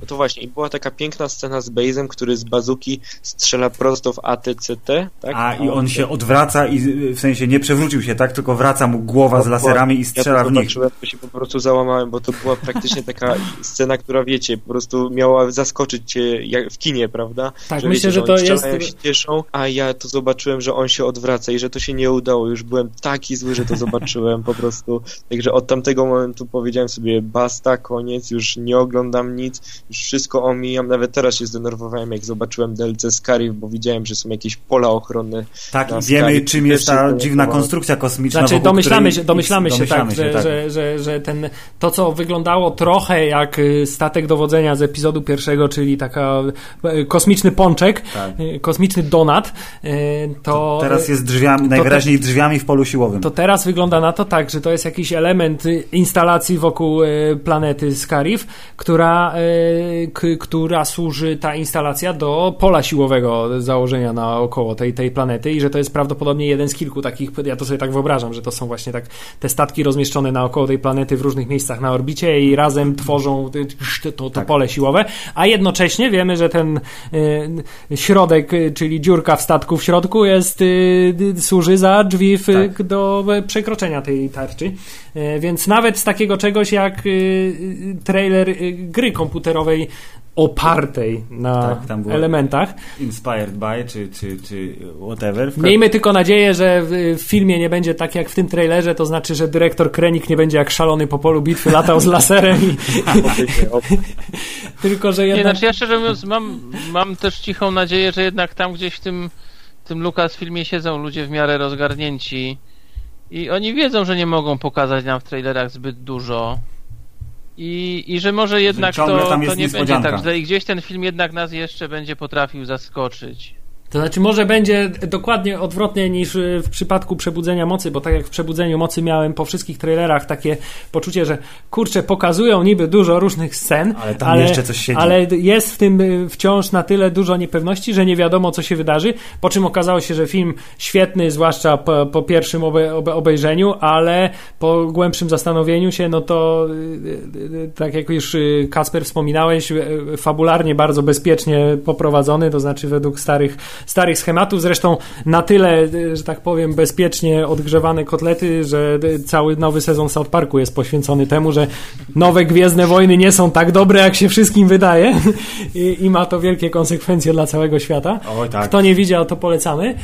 No to właśnie, i była taka piękna scena z Bazem, który z bazuki strzela prosto w A T C T, tak? A, i on się odwraca i w sensie nie przewrócił się, tak? Tylko wraca mu głowa z laserami i strzela ja to w nich. zobaczyłem, to się po prostu załamałem, bo to była praktycznie taka scena, która wiecie, po prostu miała zaskoczyć cię jak w kinie, prawda? Tak, że myślę, wiecie, że to jest... się cieszą, a ja to zobaczyłem, że on się odwraca i że to się nie udało. Już byłem taki zły, że to zobaczyłem po prostu. Także od tamtego momentu powiedziałem sobie basta, koniec, już nie oglądam nic, już wszystko omijam. Nawet teraz się zdenerwowałem, jak zobaczyłem D L C Scarif, bo widziałem, że są jakieś pola ochronne. Tak, i wiemy, Scarif, czym jest ta dziwna konstrukcja kosmiczna. Znaczy, domyślamy się, domyślamy się, domyślamy tak, się że, tak. Że, że, że ten, to, co wyglądało trochę jak statek dowodzenia z epizodu pierwszego, czyli taka kosmiczny pączek, tak. kosmiczny donat, to, to teraz jest drzwiami, najwyraźniej te, drzwiami w polu siłowym. To teraz wygląda na to tak, że to jest jakiś element instalacji wokół planety Scarif, która, k, która służy, ta instalacja, do pola siłowego założenia naokoło tej, tej planety i że to jest prawdopodobnie jeden z kilku takich, ja to sobie tak wyobrażam, że to są właśnie tak te statki rozmieszczone naokoło tej planety w różnych miejscach na orbicie i razem tworzą to, to tak. pole siłowe, a jednocześnie wiemy, że ten y, środek, czyli dziurka w statku w środku jest, y, służy za drzwi w, tak. do przekroczenia tej tarczy. Y, więc nawet z takiego czegoś jak y, trailer y, gry komputerowej opartej na tak, elementach. Inspired by, czy, czy, czy whatever. Miejmy tylko nadzieję, że w filmie nie będzie tak jak w tym trailerze, to znaczy, że dyrektor Krennic nie będzie jak szalony po polu bitwy latał z laserem i... tylko, że jednak... Nie, znaczy ja szczerze mówiąc mam, mam też cichą nadzieję, że jednak tam gdzieś w tym, w tym Lucasfilmie siedzą ludzie w miarę rozgarnięci i oni wiedzą, że nie mogą pokazać nam w trailerach zbyt dużo. I, I że może jednak że to, to nie będzie tak źle i gdzieś ten film jednak nas jeszcze będzie potrafił zaskoczyć. To znaczy może będzie dokładnie odwrotnie niż w przypadku Przebudzenia Mocy, bo tak jak w Przebudzeniu Mocy miałem po wszystkich trailerach takie poczucie, że kurczę, pokazują niby dużo różnych scen, ale tam ale, jeszcze coś siedzi. Ale jest w tym wciąż na tyle dużo niepewności, że nie wiadomo, co się wydarzy, po czym okazało się, że film świetny, zwłaszcza po, po pierwszym obe, obe, obejrzeniu, ale po głębszym zastanowieniu się, no to tak jak już Kacper wspominałeś, fabularnie bardzo bezpiecznie poprowadzony, to znaczy według starych starych schematów, zresztą na tyle, że tak powiem, bezpiecznie odgrzewane kotlety, że cały nowy sezon South Parku jest poświęcony temu, że nowe Gwiezdne Wojny nie są tak dobre, jak się wszystkim wydaje i, i ma to wielkie konsekwencje dla całego świata. Oj, tak. Kto nie widział, to polecamy.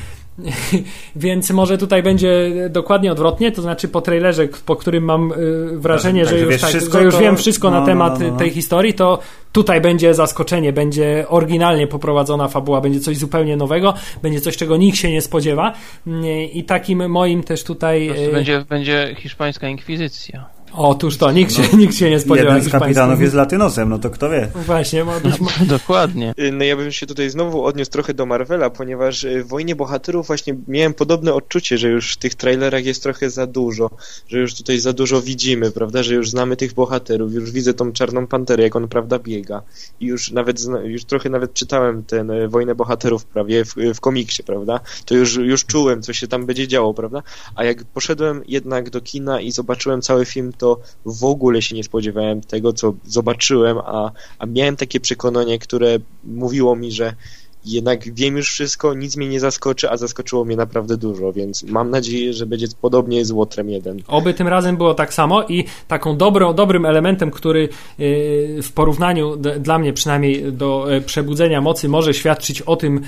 Więc może tutaj będzie dokładnie odwrotnie, to znaczy po trailerze, po którym mam wrażenie, tak, że, już, tak, że już to... wiem wszystko no, na temat no, no, no. tej historii, to tutaj będzie zaskoczenie, będzie oryginalnie poprowadzona fabuła, będzie coś zupełnie nowego, będzie coś, czego nikt się nie spodziewa i takim moim też tutaj... Będzie, będzie hiszpańska inkwizycja. Otóż to, nikt się, no, nikt się nie spodziewał. Jeden z kapitanów jest latynosem, no to kto wie. Właśnie, ma być... Dokładnie. No ja bym się tutaj znowu odniósł trochę do Marvela, ponieważ w Wojnie Bohaterów właśnie miałem podobne odczucie, że już w tych trailerach jest trochę za dużo, że już tutaj za dużo widzimy, prawda, że już znamy tych bohaterów, już widzę tą Czarną Panterę, jak on, prawda, biega i już nawet, już trochę nawet czytałem ten Wojnę Bohaterów prawie w, w komiksie, prawda, to już, już czułem, co się tam będzie działo, prawda, a jak poszedłem jednak do kina i zobaczyłem cały film, to w ogóle się nie spodziewałem tego, co zobaczyłem, a, a miałem takie przekonanie, które mówiło mi, że jednak wiem już wszystko, nic mnie nie zaskoczy, a zaskoczyło mnie naprawdę dużo, więc mam nadzieję, że będzie podobnie z Łotrem jeden. Oby tym razem było tak samo i taką dobrą, dobrym elementem, który w porównaniu d- dla mnie przynajmniej do Przebudzenia Mocy może świadczyć o tym,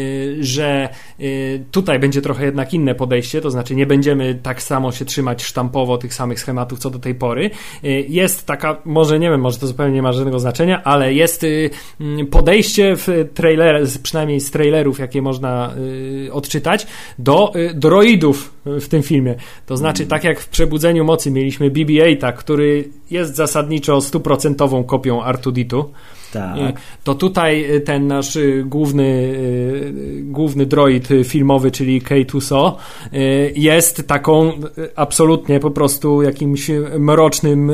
że tutaj będzie trochę jednak inne podejście, to znaczy nie będziemy tak samo się trzymać sztampowo tych samych schematów co do tej pory. Jest taka, może nie wiem, może to zupełnie nie ma żadnego znaczenia, ale jest podejście w trailerze, przynajmniej z trailerów, jakie można y, odczytać, do y, droidów w tym filmie. To znaczy, mm. tak jak w Przebudzeniu Mocy mieliśmy B B osiem, który jest zasadniczo stuprocentową kopią R dwa D dwa, tak. to tutaj ten nasz główny, główny droid filmowy, czyli K two S O, jest taką absolutnie po prostu jakimś mrocznym,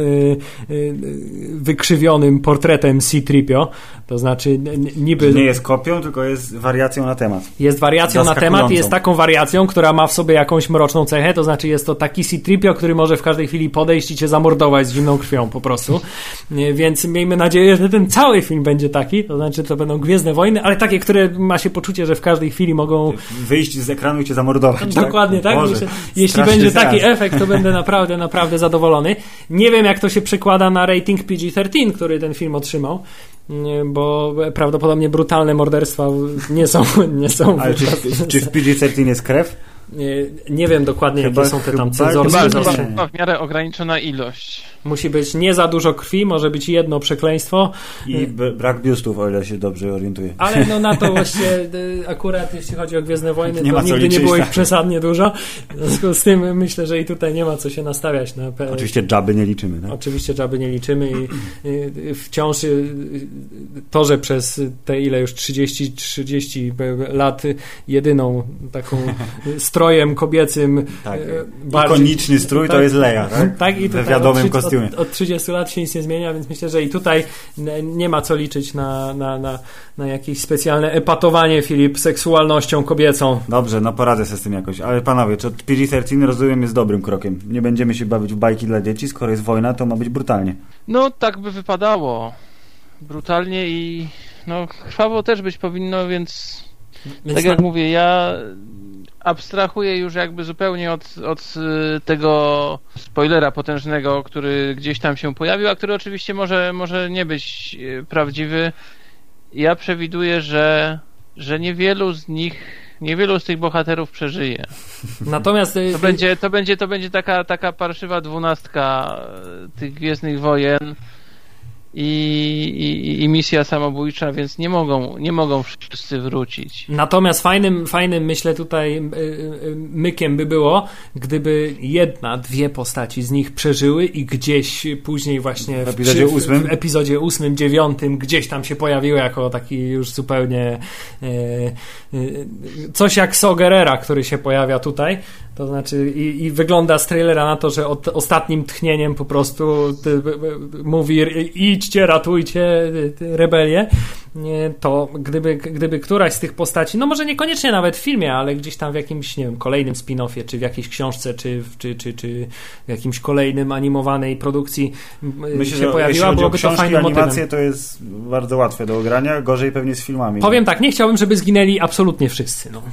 wykrzywionym portretem C trzy P O. To znaczy niby... Nie jest kopią, tylko jest wariacją na temat. Jest wariacją na temat i jest taką wariacją, która ma w sobie jakąś mroczną cechę, to znaczy jest to taki C trzy P O, który może w każdej chwili podejść i cię zamordować z zimną krwią po prostu. Więc miejmy nadzieję, że ten cały film będzie taki, to znaczy to będą Gwiezdne Wojny, ale takie, które ma się poczucie, że w każdej chwili mogą wyjść z ekranu i cię zamordować. Dokładnie tak. Boże, Myślę, jeśli będzie seans. taki efekt, to będę naprawdę, naprawdę zadowolony. Nie wiem, jak to się przekłada na rating P G trzynaście, który ten film otrzymał, bo prawdopodobnie brutalne morderstwa nie są... Nie są ale czy, czy w P G trzynaście jest krew? Nie, nie wiem dokładnie, chyba, jakie są te tam chyba, cenzorskie. Chyba, Chyba, chyba w miarę ograniczona ilość. Musi być nie za dużo krwi, może być jedno przekleństwo. I b- brak biustów, o ile się dobrze orientuję. Ale no na to właściwie akurat jeśli chodzi o Gwiezdne Wojny, nie to nigdy liczyć, nie było ich tak. przesadnie dużo. W związku z tym myślę, że i tutaj nie ma co się nastawiać. Na pe... Oczywiście dżaby nie liczymy. Tak? Oczywiście dżaby nie liczymy i y, wciąż to, że przez te ile już trzydzieści, trzydzieści lat jedyną taką strojem kobiecym tak. bardziej, ikoniczny strój tak, to jest Leia, tak? tak i we wiadomym od, kostiumie. Od, od trzydziestu lat się nic nie zmienia, więc myślę, że i tutaj nie ma co liczyć na, na, na, na jakieś specjalne epatowanie, Filip, seksualnością kobiecą. Dobrze, no poradzę sobie z tym jakoś. Ale panowie, czy P G trzynaście rozumiem jest dobrym krokiem? Nie będziemy się bawić w bajki dla dzieci, skoro jest wojna, to ma być brutalnie. No tak by wypadało. Brutalnie i no krwawo też być powinno, więc, więc tak jak na... mówię, ja abstrahuję już jakby zupełnie od, od tego spoilera potężnego, który gdzieś tam się pojawił, a który oczywiście może, może nie być prawdziwy. Ja przewiduję, że, że niewielu z nich, niewielu z tych bohaterów przeżyje. Natomiast to będzie, to będzie, to będzie taka, taka parszywa dwunastka tych Gwiezdnych Wojen. I, i, i misja samobójcza, więc nie mogą, nie mogą wszyscy wrócić. Natomiast fajnym, fajnym myślę tutaj mykiem by było, gdyby jedna, dwie postaci z nich przeżyły i gdzieś później właśnie w epizodzie w, ósmym, w epizodzie ósmym, dziewiątym gdzieś tam się pojawiły jako taki już zupełnie e, e, coś jak Saw Gerrera, który się pojawia tutaj. To znaczy i, i wygląda z trailera na to, że od, ostatnim tchnieniem po prostu ty, mówi idźcie, ratujcie rebelię. To gdyby, gdyby któraś z tych postaci, no może niekoniecznie nawet w filmie, ale gdzieś tam w jakimś, nie wiem, kolejnym spin-offie, czy w jakiejś książce, czy, czy, czy, czy w jakimś kolejnym animowanej produkcji myślę, się pojawiła, byłoby to fajnym motywem. Animacje to jest bardzo łatwe do ogrania, gorzej pewnie z filmami. Powiem tak, nie chciałbym, żeby zginęli absolutnie wszyscy, no.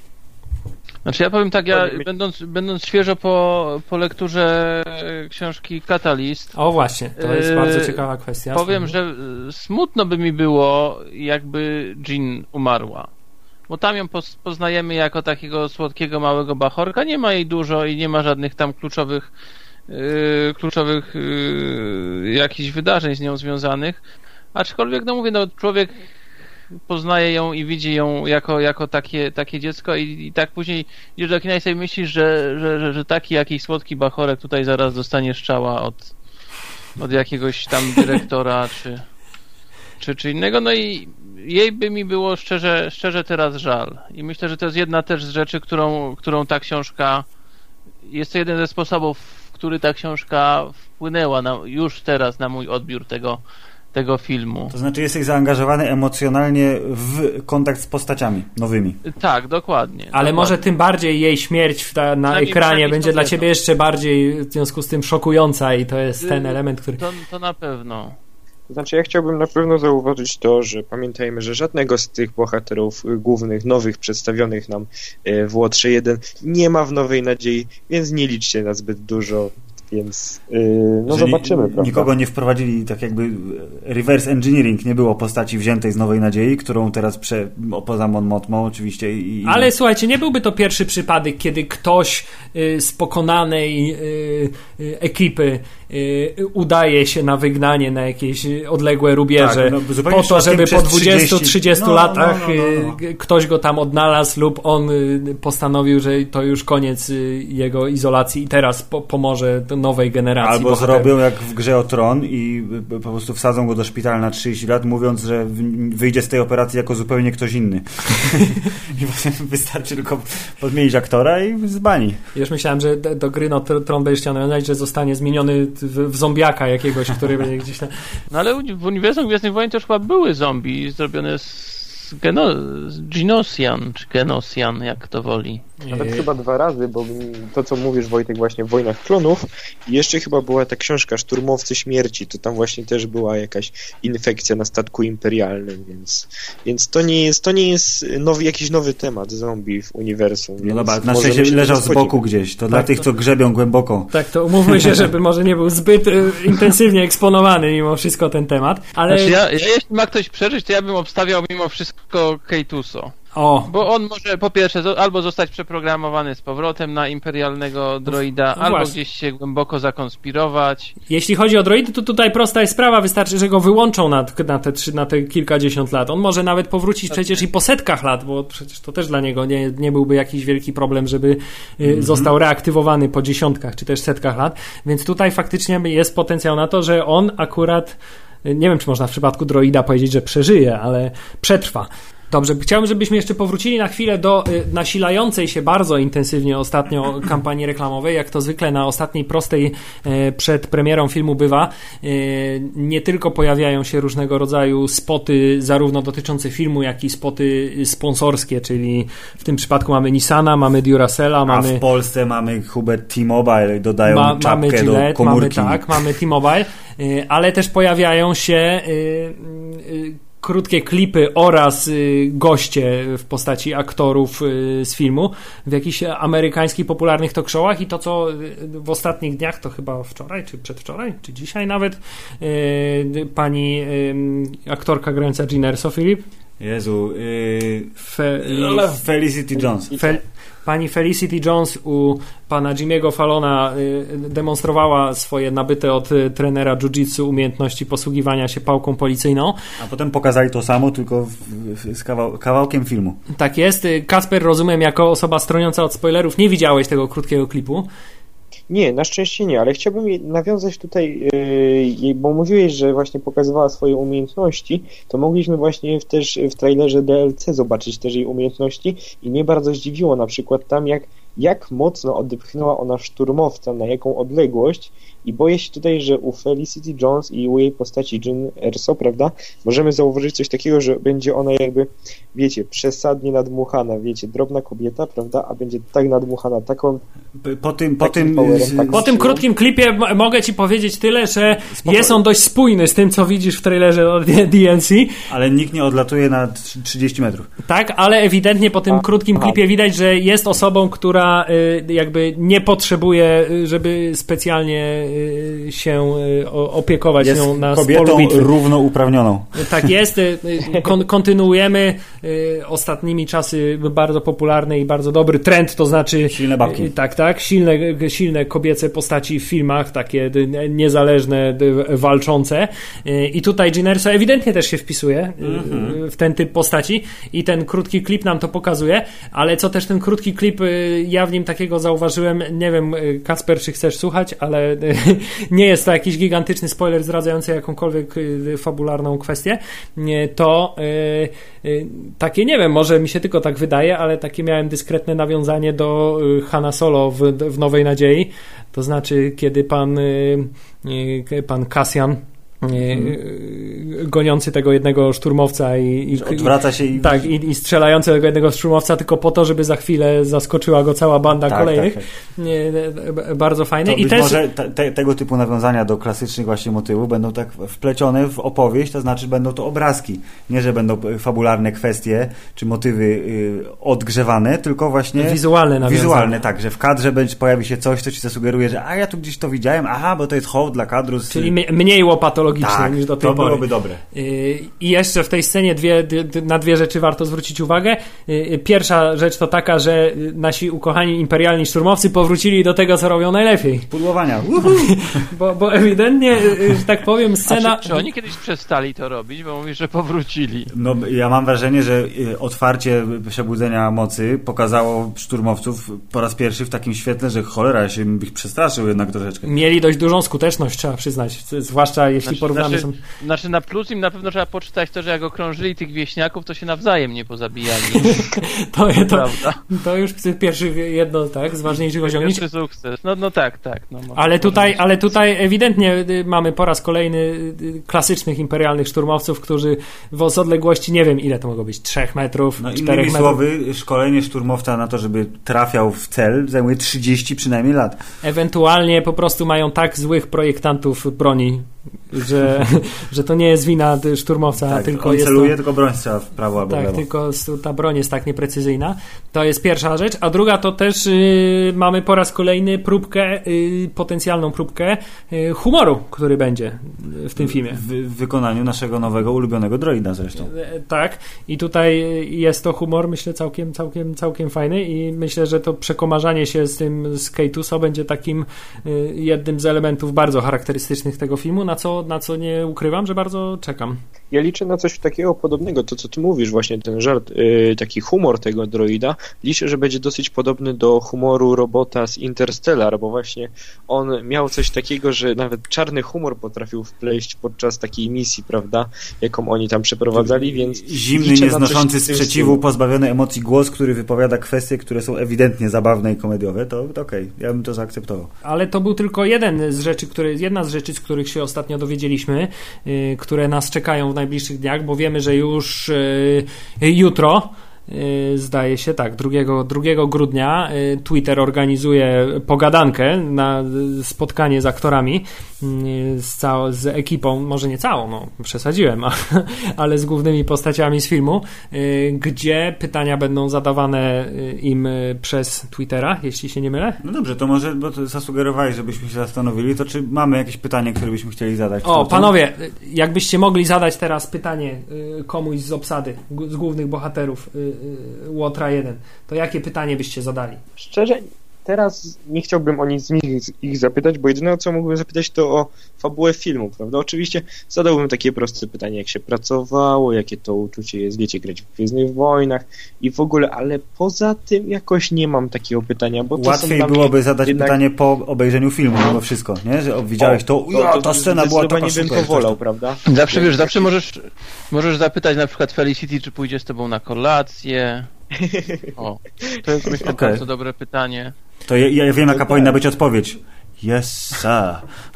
Znaczy ja powiem tak, ja będąc, będąc świeżo po, po lekturze książki Catalyst. O właśnie, to jest yy, bardzo ciekawa kwestia. Powiem, że smutno by mi było, jakby Jean umarła. Bo tam ją poznajemy jako takiego słodkiego, małego bachorka. Nie ma jej dużo i nie ma żadnych tam kluczowych yy, kluczowych yy, jakichś wydarzeń z nią związanych. Aczkolwiek, no mówię, no człowiek poznaje ją i widzi ją jako, jako takie, takie dziecko i, i tak później idziesz do kina i sobie myślisz, że, że, że, że taki jakiś słodki bachorek tutaj zaraz dostanie strzała od, od jakiegoś tam dyrektora czy, czy, czy innego, no i jej by mi było szczerze, szczerze teraz żal i myślę, że to jest jedna też z rzeczy, którą, którą ta książka, jest to jeden ze sposobów, w który ta książka wpłynęła na, już teraz na mój odbiór tego tego filmu. To znaczy jesteś zaangażowany emocjonalnie w kontakt z postaciami nowymi. Tak, dokładnie. Ale dokładnie. może tym bardziej jej śmierć ta, na przynajmniej, ekranie przynajmniej będzie dla ciebie jeszcze bardziej w związku z tym szokująca i to jest ten element, który... To, to na pewno. Znaczy ja chciałbym na pewno zauważyć to, że pamiętajmy, że żadnego z tych bohaterów głównych, nowych, przedstawionych nam w Łotrze jeden nie ma w Nowej Nadziei, więc nie liczcie na zbyt dużo. Więc yy, no Jeżeli zobaczymy, prawda? Nikogo nie wprowadzili, tak jakby reverse engineering, nie było postaci wziętej z Nowej Nadziei, którą teraz prze, poza Mon Mothmą oczywiście. I, Ale i... słuchajcie, nie byłby to pierwszy przypadek, kiedy ktoś y, z pokonanej y, y, ekipy y, udaje się na wygnanie na jakieś odległe rubieże, tak, no, po to, żeby po dwudziestu trzydziestu no, latach no, no, no, no. Y, ktoś go tam odnalazł lub on y, postanowił, że to już koniec y, jego izolacji i teraz po, pomoże nowej generacji. Albo bohaterów. zrobią jak w grze o Tron i po prostu wsadzą go do szpitala na trzydzieści lat, mówiąc, że wyjdzie z tej operacji jako zupełnie ktoś inny. I właśnie wystarczy tylko podmienić aktora i z bani. Już myślałem, że do gry no, Tron będziesz chciał nawiązać, że zostanie zmieniony w, w zombiaka jakiegoś, który będzie gdzieś tam... No ale w uniwersum Gwiezdnych Wojen też chyba były zombie zrobione z Geno... z Genosian, czy Genosian, jak to woli. Nawet chyba dwa razy, bo to, co mówisz, Wojtek, właśnie w Wojnach Klonów, i jeszcze chyba była ta książka Szturmowcy Śmierci, to tam właśnie też była jakaś infekcja na statku imperialnym, więc, więc to nie jest, to nie jest nowy, jakiś nowy temat zombie w uniwersum. No dobra, na szczęście leżał z boku gdzieś, to tak, dla tych, to... co grzebią głęboko. Tak, to umówmy się, żeby może nie był zbyt y, intensywnie eksponowany mimo wszystko ten temat, ale... Znaczy ja, ja jeśli ma ktoś przeżyć, to ja bym obstawiał mimo wszystko Kejtuso. O. Bo on może po pierwsze albo zostać przeprogramowany z powrotem na imperialnego droida, no albo właśnie gdzieś się głęboko zakonspirować. Jeśli chodzi o droidy, to tutaj prosta jest sprawa, wystarczy, że go wyłączą na, na, te, na te kilkadziesiąt lat. On może nawet powrócić tak, przecież i po setkach lat, bo przecież to też dla niego nie, nie byłby jakiś wielki problem, żeby mm-hmm. został reaktywowany po dziesiątkach czy też setkach lat, więc tutaj faktycznie jest potencjał na to, że on akurat, nie wiem, czy można w przypadku droida powiedzieć, że przeżyje, ale przetrwa. Dobrze, chciałbym, żebyśmy jeszcze powrócili na chwilę do y, nasilającej się bardzo intensywnie ostatnio kampanii reklamowej, jak to zwykle na ostatniej prostej y, przed premierą filmu bywa. Y, nie tylko pojawiają się różnego rodzaju spoty, zarówno dotyczące filmu, jak i spoty sponsorskie, czyli w tym przypadku mamy Nissana, mamy Duracella, mamy... A w Polsce mamy Hubert T-Mobile, dodają ma, czapkę mamy Gillette, do komórki. Mamy, tak, mamy T-Mobile, y, ale też pojawiają się... Y, y, krótkie klipy oraz y, goście w postaci aktorów y, z filmu w jakichś amerykańskich popularnych talk showach i to, co y, w ostatnich dniach, to chyba wczoraj, czy przedwczoraj, czy dzisiaj nawet y, pani y, aktorka grająca Jyn Erso, Filip? Jezu, yy, Fe, Felicity Jones. Fe, pani Felicity Jones u pana Jimmy'ego Fallona y, demonstrowała swoje nabyte od y, trenera jiu-jitsu umiejętności posługiwania się pałką policyjną. A potem pokazali to samo, tylko w, w, z kawał, kawałkiem filmu. Tak jest. Kacper, rozumiem, jako osoba stroniąca od spoilerów, nie widziałeś tego krótkiego klipu. Nie, na szczęście nie, ale chciałbym nawiązać tutaj, yy, bo mówiłeś, że właśnie pokazywała swoje umiejętności, to mogliśmy właśnie w, też w trailerze D L C zobaczyć też jej umiejętności i mnie bardzo zdziwiło na przykład tam, jak, jak mocno odepchnęła ona szturmowca, na jaką odległość, i boję się tutaj, że u Felicity Jones i u jej postaci Jyn Erso, prawda, możemy zauważyć coś takiego, że będzie ona jakby, wiecie, przesadnie nadmuchana, wiecie, drobna kobieta, prawda, a będzie tak nadmuchana, taką... Po tym, po tym, powerem, tak po tym krótkim klipie m- mogę ci powiedzieć tyle, że Spoko. jest on dość spójny z tym, co widzisz w trailerze od D L C. Ale nikt nie odlatuje na trzydzieści metrów. Tak, ale ewidentnie po tym a, krótkim aha. klipie widać, że jest osobą, która y, jakby nie potrzebuje, żeby specjalnie y, się y, opiekować jest nią na kobietą polu bitwy. Równouprawnioną. Tak jest. Y, kon- kontynuujemy y, ostatnimi czasy bardzo popularny i bardzo dobry trend, to znaczy silne babki. Y, tak, tak, silne, silne kobiece postaci w filmach, takie niezależne, walczące. I tutaj Jyn Erso ewidentnie też się wpisuje mm-hmm. w ten typ postaci i ten krótki klip nam to pokazuje, ale co też ten krótki klip, ja w nim takiego zauważyłem, nie wiem, Kacper, czy chcesz słuchać, ale nie jest to jakiś gigantyczny spoiler zdradzający jakąkolwiek fabularną kwestię, to takie, nie wiem, może mi się tylko tak wydaje, ale takie miałem dyskretne nawiązanie do Hanna Solo w, w Nowej Nadziei, to znaczy kiedy pan pan Cassian goniący tego jednego szturmowca i, i odwraca się i... tak, i, i strzelający tego jednego szturmowca tylko po to, żeby za chwilę zaskoczyła go cała banda tak, kolejnych. Tak, tak. Bardzo fajne. To I być też... może te, tego typu nawiązania do klasycznych właśnie motywów będą tak wplecione w opowieść, to znaczy będą to obrazki. Nie, że będą fabularne kwestie czy motywy y, odgrzewane, tylko właśnie wizualne nawiązania. Wizualne, tak, że w kadrze będzie, pojawi się coś, co ci zasugeruje, że a ja tu gdzieś to widziałem, aha, bo to jest hołd dla kadru. Z... Czyli mniej łopatologiczne tak, niż do tej to pory. byłoby dobre. I jeszcze w tej scenie dwie, na dwie rzeczy warto zwrócić uwagę. Pierwsza rzecz to taka, że nasi ukochani imperialni szturmowcy powrócili do tego, co robią najlepiej. Pudłowania. bo, bo ewidentnie, że tak powiem, scena... A czy, czy oni kiedyś przestali to robić? Bo mówisz, że powrócili. No, ja mam wrażenie, że otwarcie Przebudzenia Mocy pokazało szturmowców po raz pierwszy w takim świetle, że cholera, ja się ich przestraszył jednak troszeczkę. Mieli dość dużą skuteczność, trzeba przyznać. Zwłaszcza jeśli znaczy, porównamy znaczy, są... Znaczy na plus im na pewno trzeba poczytać to, że jak okrążyli tych wieśniaków, to się nawzajem nie pozabijali. to, to, to już pierwszy jedno, tak, z ważniejszych osiągnięć. Pierwszy sukces. No, no tak, tak. No, ale, tutaj, ale tutaj ewidentnie mamy po raz kolejny klasycznych imperialnych szturmowców, którzy z odległości, nie wiem ile to mogło być, trzech metrów, no, czterech metrów. Słowy, szkolenie szturmowca na to, żeby trafiał w cel, zajmuje trzydzieści przynajmniej lat. Ewentualnie po prostu mają tak złych projektantów broni, że, że to nie jest wina szturmowca, tak, tylko on jest celuje, to, tylko broń strzela w prawo albo tak, w lewo. tylko ta broń jest tak nieprecyzyjna. To jest pierwsza rzecz, a druga to też yy, mamy po raz kolejny próbkę, yy, potencjalną próbkę yy, humoru, który będzie w tym filmie. W, w wykonaniu naszego nowego, ulubionego droida zresztą. Yy, tak, i tutaj jest to humor, myślę, całkiem, całkiem, całkiem fajny i myślę, że to przekomarzanie się z tym z K two S O będzie takim yy, jednym z elementów bardzo charakterystycznych tego filmu, na co, na co nie ukrywam, że bardzo czekam. Ja liczę na coś takiego podobnego, to co ty mówisz, właśnie ten żart, yy, taki humor tego droida, liczę, że będzie dosyć podobny do humoru robota z Interstellar, bo właśnie on miał coś takiego, że nawet czarny humor potrafił wpleść podczas takiej misji, prawda, jaką oni tam przeprowadzali, więc zimny, nieznoszący sprzeciwu, pozbawiony emocji głos, który wypowiada kwestie, które są ewidentnie zabawne i komediowe, to, to okej, okay, ja bym to zaakceptował. Ale to był tylko jeden z rzeczy, które, jedna z rzeczy, z których się ostatnio dowiedzieliśmy, yy, które nas czekają w najbliższych dniach, bo wiemy, że już yy, jutro zdaje się, tak, drugiego grudnia Twitter organizuje pogadankę na spotkanie z aktorami, z, całą, z ekipą, może nie całą, no przesadziłem, ale z głównymi postaciami z filmu, gdzie pytania będą zadawane im przez Twittera, jeśli się nie mylę. No dobrze, to może, bo to zasugerowałeś, żebyśmy się zastanowili, to czy mamy jakieś pytanie, które byśmy chcieli zadać? O, panowie, jakbyście mogli zadać teraz pytanie komuś z obsady, z głównych bohaterów Łotra jeden, to jakie pytanie byście zadali? Szczerze, teraz nie chciałbym o nic z nich ich zapytać, bo jedyne, o co mógłbym zapytać, to o fabułę filmu, prawda? Oczywiście zadałbym takie proste pytanie, jak się pracowało, jakie to uczucie jest, wiecie, grać w Gwiezdnych Wojnach i w ogóle, ale poza tym jakoś nie mam takiego pytania, bo to łatwiej są byłoby zadać jednak... pytanie po obejrzeniu filmu, mimo wszystko, nie? Że widziałeś to, o, ja, to, ta scena była taka bym super. to wolał, prawda? Zawsze, wiesz, zawsze możesz, możesz zapytać na przykład Felicity, czy pójdzie z tobą na kolację. O, to jest, myślę, okay. Bardzo dobre pytanie. To ja, ja wiem, jaka powinna być odpowiedź. Yes, sir.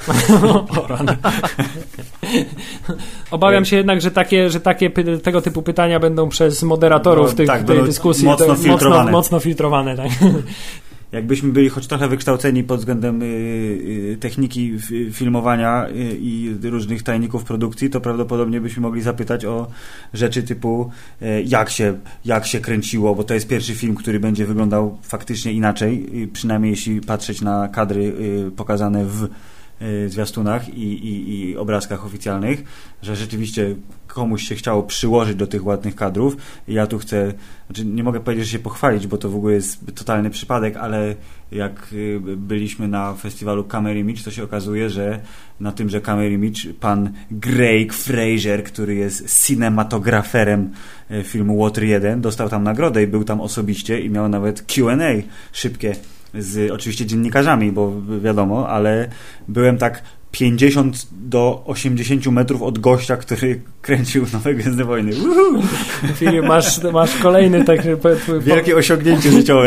Obawiam się jednak, że takie, że takie tego typu pytania będą przez moderatorów no, tych, tak, tej dyskusji mocno filtrowane. Mocno, mocno filtrowane tak. Jakbyśmy byli choć trochę wykształceni pod względem y, y, techniki f, filmowania y, i różnych tajników produkcji, to prawdopodobnie byśmy mogli zapytać o rzeczy typu y, jak się, jak się kręciło, bo to jest pierwszy film, który będzie wyglądał faktycznie inaczej, y, przynajmniej jeśli patrzeć na kadry y, pokazane w zwiastunach i, i, i obrazkach oficjalnych, że rzeczywiście komuś się chciało przyłożyć do tych ładnych kadrów. Ja tu chcę, znaczy nie mogę powiedzieć, że się pochwalić, bo to w ogóle jest totalny przypadek, ale jak byliśmy na festiwalu Camera Image, to się okazuje, że na tymże Camera Image pan Craig Fraser, który jest cinematograferem filmu Łotr jeden, dostał tam nagrodę i był tam osobiście i miał nawet Q and A szybkie z oczywiście dziennikarzami, bo wiadomo, ale byłem tak pięćdziesiąt do osiemdziesięciu metrów od gościa, który kręcił nowe Gwiezdne Wojny. Filip, masz, masz kolejny taki... Wielkie osiągnięcie życiowe.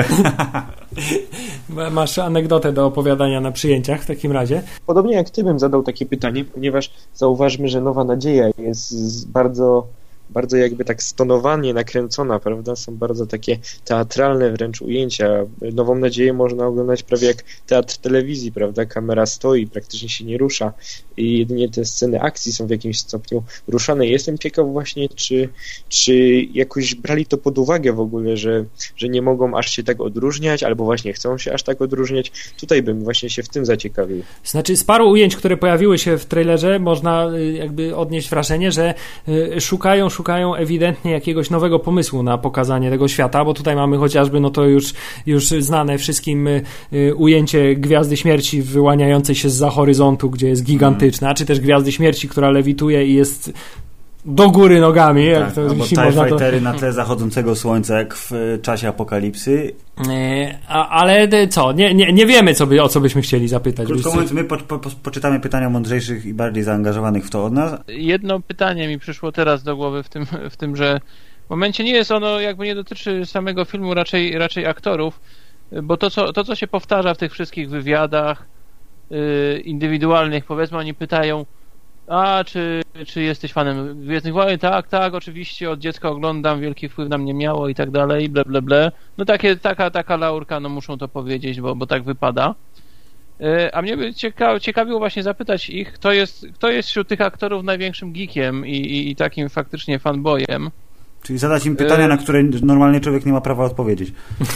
Masz anegdotę do opowiadania na przyjęciach w takim razie? Podobnie jak ty bym zadał takie pytanie, ponieważ zauważmy, że Nowa Nadzieja jest bardzo... bardzo jakby tak stonowanie nakręcona, prawda? Są bardzo takie teatralne wręcz ujęcia. Nową Nadzieję można oglądać prawie jak teatr telewizji, prawda? Kamera stoi, praktycznie się nie rusza i jedynie te sceny akcji są w jakimś stopniu ruszane. Jestem ciekaw właśnie, czy, czy jakoś brali to pod uwagę w ogóle, że, że nie mogą aż się tak odróżniać, albo właśnie chcą się aż tak odróżniać. Tutaj bym właśnie się w tym zaciekawił. Znaczy z paru ujęć, które pojawiły się w trailerze, można jakby odnieść wrażenie, że szukają szukają ewidentnie jakiegoś nowego pomysłu na pokazanie tego świata, bo tutaj mamy chociażby, no to już, już znane wszystkim y, ujęcie Gwiazdy Śmierci wyłaniającej się zza horyzontu, gdzie jest gigantyczna, mm. czy też Gwiazdy Śmierci, która lewituje i jest do góry nogami, jak tak, to albo jeśli TIE można to... Fightery na tle zachodzącego słońca, jak w czasie apokalipsy. E, a, ale co, nie, nie, nie wiemy, co by, o co byśmy chcieli zapytać. Krótko mówiąc, my po, po, poczytamy pytania mądrzejszych i bardziej zaangażowanych w to od nas. Jedno pytanie mi przyszło teraz do głowy w tym, w tym, że w momencie nie jest ono, jakby nie dotyczy samego filmu, raczej, raczej aktorów, bo to co, to, co się powtarza w tych wszystkich wywiadach yy, indywidualnych, powiedzmy, oni pytają, a czy, czy jesteś fanem Gwiezdnych Wojen? Tak, tak, oczywiście, od dziecka oglądam, wielki wpływ na mnie miało i tak dalej, ble, ble, ble. No takie, taka, taka laurka, no muszą to powiedzieć, bo, bo tak wypada. Yy, a mnie by cieka, ciekawiło właśnie zapytać ich, kto jest, kto jest wśród tych aktorów największym geekiem i, i, i takim faktycznie fanboyem. Czyli zadać im pytania, yy... na które normalnie człowiek nie ma prawa odpowiedzieć.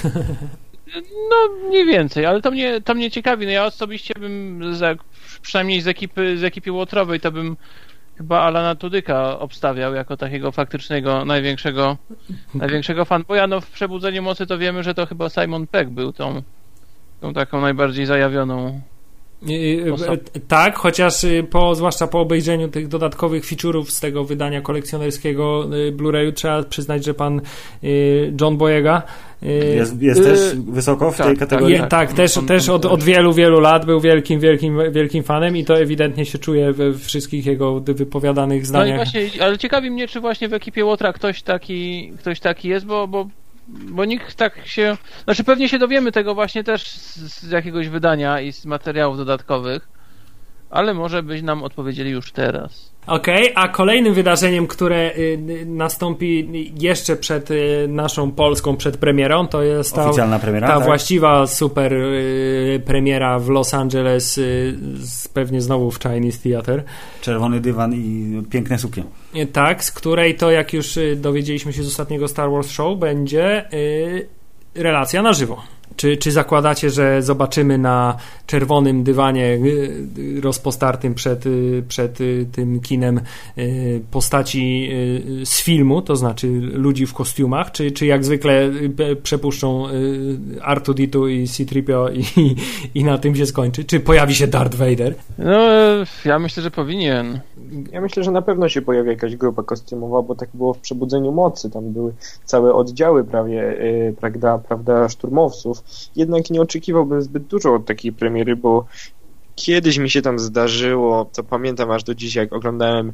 No, mniej więcej, ale to mnie, to mnie ciekawi. No ja osobiście bym, za, przynajmniej z ekipy, z ekipy łotrowej, to bym chyba Alana Tudyka obstawiał jako takiego faktycznego, największego największego fanboya. No w Przebudzeniu Mocy to wiemy, że to chyba Simon Pegg był tą, tą taką najbardziej zajawioną osobą. Tak, chociaż po, zwłaszcza po obejrzeniu tych dodatkowych feature'ów z tego wydania kolekcjonerskiego Blu-rayu trzeba przyznać, że pan John Boyega Jest, jest też wysoko w tej tak, kategorii? Tak, tak też, on, też od, od wielu, wielu lat był wielkim, wielkim, wielkim fanem i to ewidentnie się czuje we wszystkich jego wypowiadanych zdaniach. No i właśnie, ale ciekawi mnie, czy właśnie w ekipie Łotra ktoś taki, ktoś taki jest, bo, bo, bo nikt tak się... Znaczy pewnie się dowiemy tego właśnie też z, z jakiegoś wydania i z materiałów dodatkowych, ale może byś nam odpowiedzieli już teraz. Okej, okay, a kolejnym wydarzeniem, które y, nastąpi jeszcze przed y, naszą polską przedpremierą, to jest ta, oficjalna premiera, ta tak? właściwa super y, premiera w Los Angeles, y, z, pewnie znowu w Chinese Theater. Czerwony dywan i piękne suknie. Y, tak, z której to, jak już y, dowiedzieliśmy się z ostatniego Star Wars Show, będzie y, relacja na żywo. Czy, czy zakładacie, że zobaczymy na czerwonym dywanie rozpostartym przed, przed tym kinem postaci z filmu, to znaczy ludzi w kostiumach, czy, czy jak zwykle przepuszczą R dwa D two i C three P O i, i na tym się skończy? Czy pojawi się Darth Vader? No, ja myślę, że powinien. Ja myślę, że na pewno się pojawi jakaś grupa kostiumowa, bo tak było w Przebudzeniu Mocy. Tam były całe oddziały prawie, yy, prawda, prawda, szturmowców. Jednak nie oczekiwałbym zbyt dużo od takiej premiery, bo kiedyś mi się tam zdarzyło, to pamiętam aż do dziś, jak oglądałem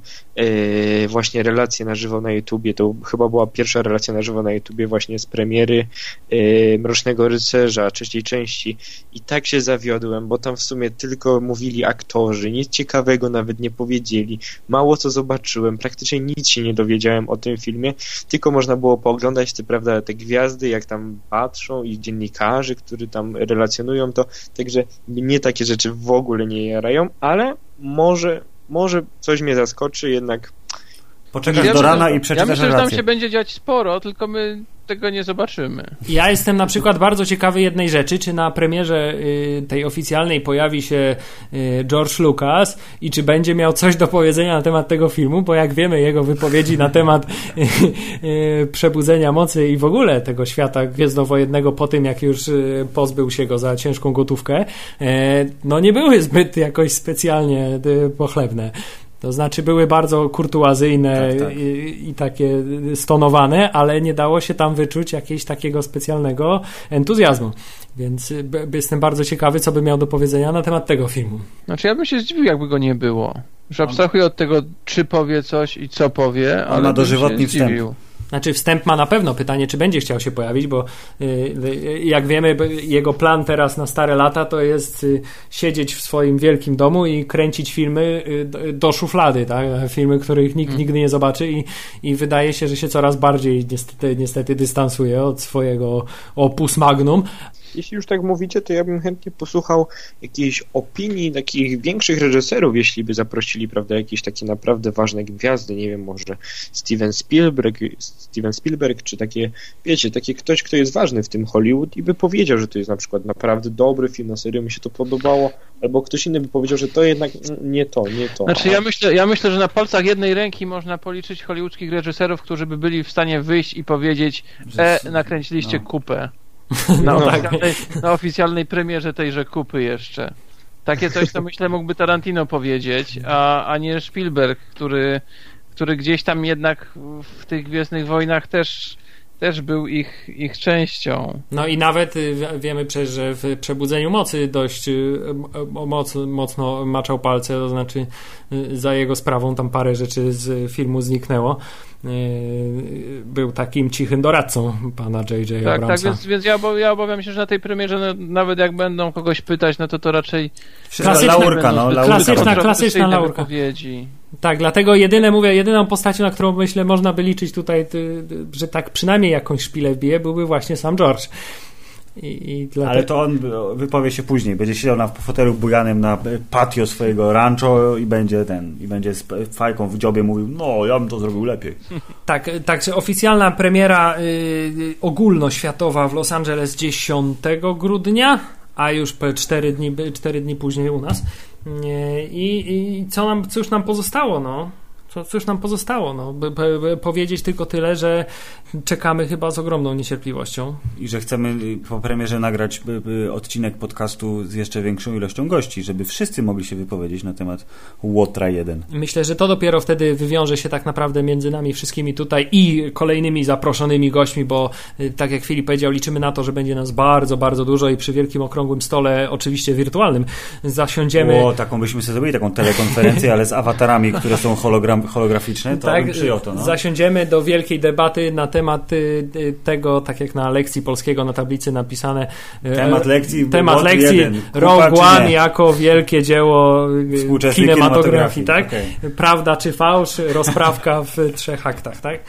yy, właśnie relacje na żywo na YouTubie, to chyba była pierwsza relacja na żywo na YouTubie właśnie z premiery yy, Mrocznego Rycerza, trzeciej części i tak się zawiodłem, bo tam w sumie tylko mówili aktorzy, nic ciekawego nawet nie powiedzieli, mało co zobaczyłem, praktycznie nic się nie dowiedziałem o tym filmie, tylko można było pooglądać te, prawda, te gwiazdy, jak tam patrzą i dziennikarzy, którzy tam relacjonują to, także mnie takie rzeczy w ogóle nie jarają, ale może, może coś mnie zaskoczy, jednak poczekasz ja do myślę, rana i przeczytasz Ja myślę, relację. że tam się będzie dziać sporo, tylko my tego nie zobaczymy. Ja jestem na przykład bardzo ciekawy jednej rzeczy, czy na premierze y, tej oficjalnej pojawi się y, George Lucas i czy będzie miał coś do powiedzenia na temat tego filmu, bo jak wiemy, jego wypowiedzi na temat y, y, Przebudzenia Mocy i w ogóle tego świata gwiezdnowojennego po tym, jak już y, pozbył się go za ciężką gotówkę, y, no nie były zbyt jakoś specjalnie y, pochlebne. To znaczy były bardzo kurtuazyjne tak, tak. I, i takie stonowane, ale nie dało się tam wyczuć jakiegoś takiego specjalnego entuzjazmu. Więc b- jestem bardzo ciekawy, co by miał do powiedzenia na temat tego filmu. Znaczy ja bym się zdziwił, jakby go nie było. Już abstrahuję od tego, czy powie coś i co powie, ale ma dożywotni wstęp. Znaczy wstęp ma na pewno, pytanie, czy będzie chciał się pojawić, bo y, jak wiemy, jego plan teraz na stare lata to jest y, siedzieć w swoim wielkim domu i kręcić filmy y, do szuflady, tak? Filmy, których nikt hmm. nigdy nie zobaczy i, i wydaje się, że się coraz bardziej niestety, niestety dystansuje od swojego opus magnum. Jeśli już tak mówicie, to ja bym chętnie posłuchał jakiejś opinii takich większych reżyserów, jeśli by zaprosili, prawda, jakieś takie naprawdę ważne gwiazdy, nie wiem, może Steven Spielberg, Steven Spielberg, czy takie, wiecie, takie ktoś, kto jest ważny w tym Hollywood i by powiedział, że to jest na przykład naprawdę dobry film, na serio mi się to podobało, albo ktoś inny by powiedział, że to jednak nie to, nie to. Znaczy ja myślę, ja myślę, że na palcach jednej ręki można policzyć hollywoodzkich reżyserów, którzy by byli w stanie wyjść i powiedzieć, e, nakręciliście no. kupę. Na, no, oficjalnej, tak. na oficjalnej premierze tejże kupy jeszcze. Takie coś, co myślę mógłby Tarantino powiedzieć, a, a nie Spielberg, który, który gdzieś tam jednak w tych Gwiezdnych Wojnach też też był ich, ich częścią. No i nawet wiemy przecież, że w Przebudzeniu Mocy dość moc, mocno maczał palce, to znaczy za jego sprawą tam parę rzeczy z filmu zniknęło. Był takim cichym doradcą pana J J Tak, Abramsa. tak, więc, więc ja, obaw, ja obawiam się, że na tej premierze no, nawet jak będą kogoś pytać, no to to raczej klasyczna laurka, no, laurka. klasyczna, klasyczna laurka. Wypowiedzi. Tak, dlatego jedyne, mówię, jedyną postacią, na którą myślę można by liczyć tutaj, że tak przynajmniej jakąś szpilę wbije, byłby właśnie sam George. I, i dlatego... Ale to on wypowie się później. Będzie siedział na fotelu bujanym na patio swojego rancho i będzie ten, i będzie z fajką w dziobie mówił, no ja bym to zrobił lepiej. Tak, także oficjalna premiera y, ogólnoświatowa w Los Angeles dziesiątego grudnia, a już cztery dni, cztery dni później u nas. I, i co nam, cóż nam pozostało, no? Co, cóż nam pozostało, no? By, by, by powiedzieć tylko tyle, że czekamy chyba z ogromną niecierpliwością. I że chcemy po premierze nagrać by, by odcinek podcastu z jeszcze większą ilością gości, żeby wszyscy mogli się wypowiedzieć na temat Łotra jeden. Myślę, że to dopiero wtedy wywiąże się tak naprawdę między nami wszystkimi tutaj i kolejnymi zaproszonymi gośćmi, bo tak jak Filip powiedział, liczymy na to, że będzie nas bardzo, bardzo dużo i przy wielkim okrągłym stole, oczywiście wirtualnym, zasiądziemy... O, taką byśmy sobie zrobili, taką telekonferencję, ale z awatarami, które są hologram, holograficzne, to tak, bym przyjął to. No. Zasiądziemy do wielkiej debaty na temat y, y, tego, tak jak na lekcji polskiego na tablicy napisane. Y, temat lekcji temat lekcji jeden. Rogue One jako wielkie dzieło y, kinematografii, tak? Okay. Prawda czy fałsz, rozprawka w trzech aktach, tak?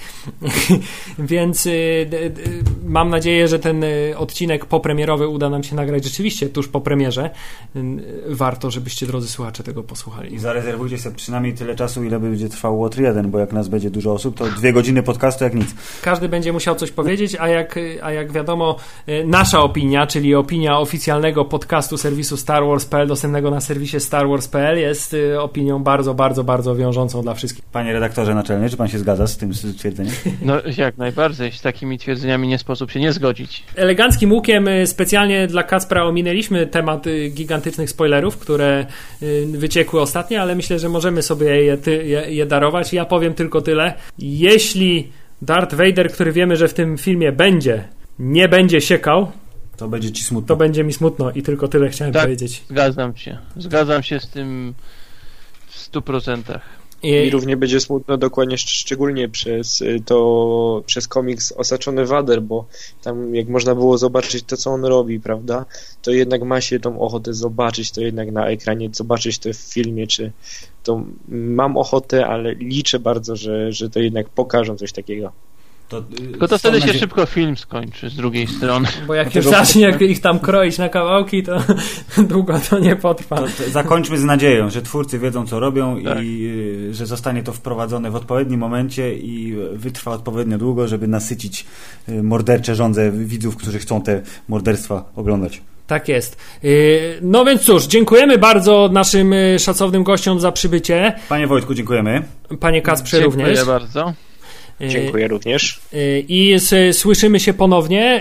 Więc y, y, mam nadzieję, że ten y, odcinek popremierowy uda nam się nagrać rzeczywiście tuż po premierze. Y, warto, żebyście, drodzy słuchacze, tego posłuchali. I zarezerwujcie sobie przynajmniej tyle czasu, ile będzie trwał Łotr jeden, bo jak nas będzie dużo osób, to dwie godziny podcastu jak nic. Każdy będzie musiał coś powiedzieć, a jak, a jak wiadomo, nasza opinia, czyli opinia oficjalnego podcastu serwisu Star Wars kropka p l, dostępnego na serwisie Star Wars kropka p l, jest opinią bardzo, bardzo, bardzo wiążącą dla wszystkich. Panie redaktorze naczelny, czy pan się zgadza z tym stwierdzeniem? No jak najbardziej, z takimi twierdzeniami nie sposób się nie zgodzić. Eleganckim łukiem specjalnie dla Kacpra ominęliśmy temat gigantycznych spoilerów, które wyciekły ostatnio, ale myślę, że możemy sobie je, je, je darować. Ja powiem tylko tyle. Jeśli Darth Vader, który wiemy, że w tym filmie będzie, nie będzie siekał, to będzie ci smutno. To będzie mi smutno i tylko tyle chciałem tak, powiedzieć. Zgadzam się. Zgadzam się z tym w stu procentach. I... Mi równie będzie smutno dokładnie, szczególnie przez to, przez komiks Osaczony Vader, bo tam jak można było zobaczyć to, co on robi, prawda, to jednak ma się tą ochotę zobaczyć to jednak na ekranie, zobaczyć to w filmie, czy to mam ochotę, ale liczę bardzo, że, że to jednak pokażą coś takiego. To, Tylko to wtedy się nadzieję... szybko film skończy z drugiej strony. Bo jak już zacznie jak ich tam kroić na kawałki, to długo to nie potrwa. To, to zakończmy z nadzieją, że twórcy wiedzą, co robią tak. i y, że zostanie to wprowadzone w odpowiednim momencie i wytrwa odpowiednio długo, żeby nasycić y, mordercze żądze widzów, którzy chcą te morderstwa oglądać. Tak jest. No więc cóż, dziękujemy bardzo naszym szacownym gościom za przybycie. Panie Wojtku, dziękujemy. Panie Kacprze również. Dziękuję bardzo. Dziękuję również. I słyszymy się ponownie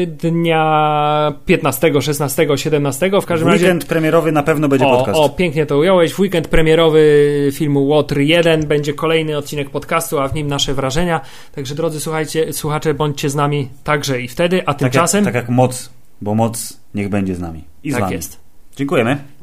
dnia piętnastego, szesnastego, siedemnastego. W każdym w razie weekend premierowy na pewno będzie o, podcast. O, pięknie to ująłeś. W weekend premierowy filmu Łotr jeden będzie kolejny odcinek podcastu, a w nim nasze wrażenia. Także drodzy słuchajcie, słuchacze, bądźcie z nami także i wtedy, a tymczasem... Tak jak, tak jak moc, bo moc niech będzie z nami. I z tak wami. jest. Dziękujemy.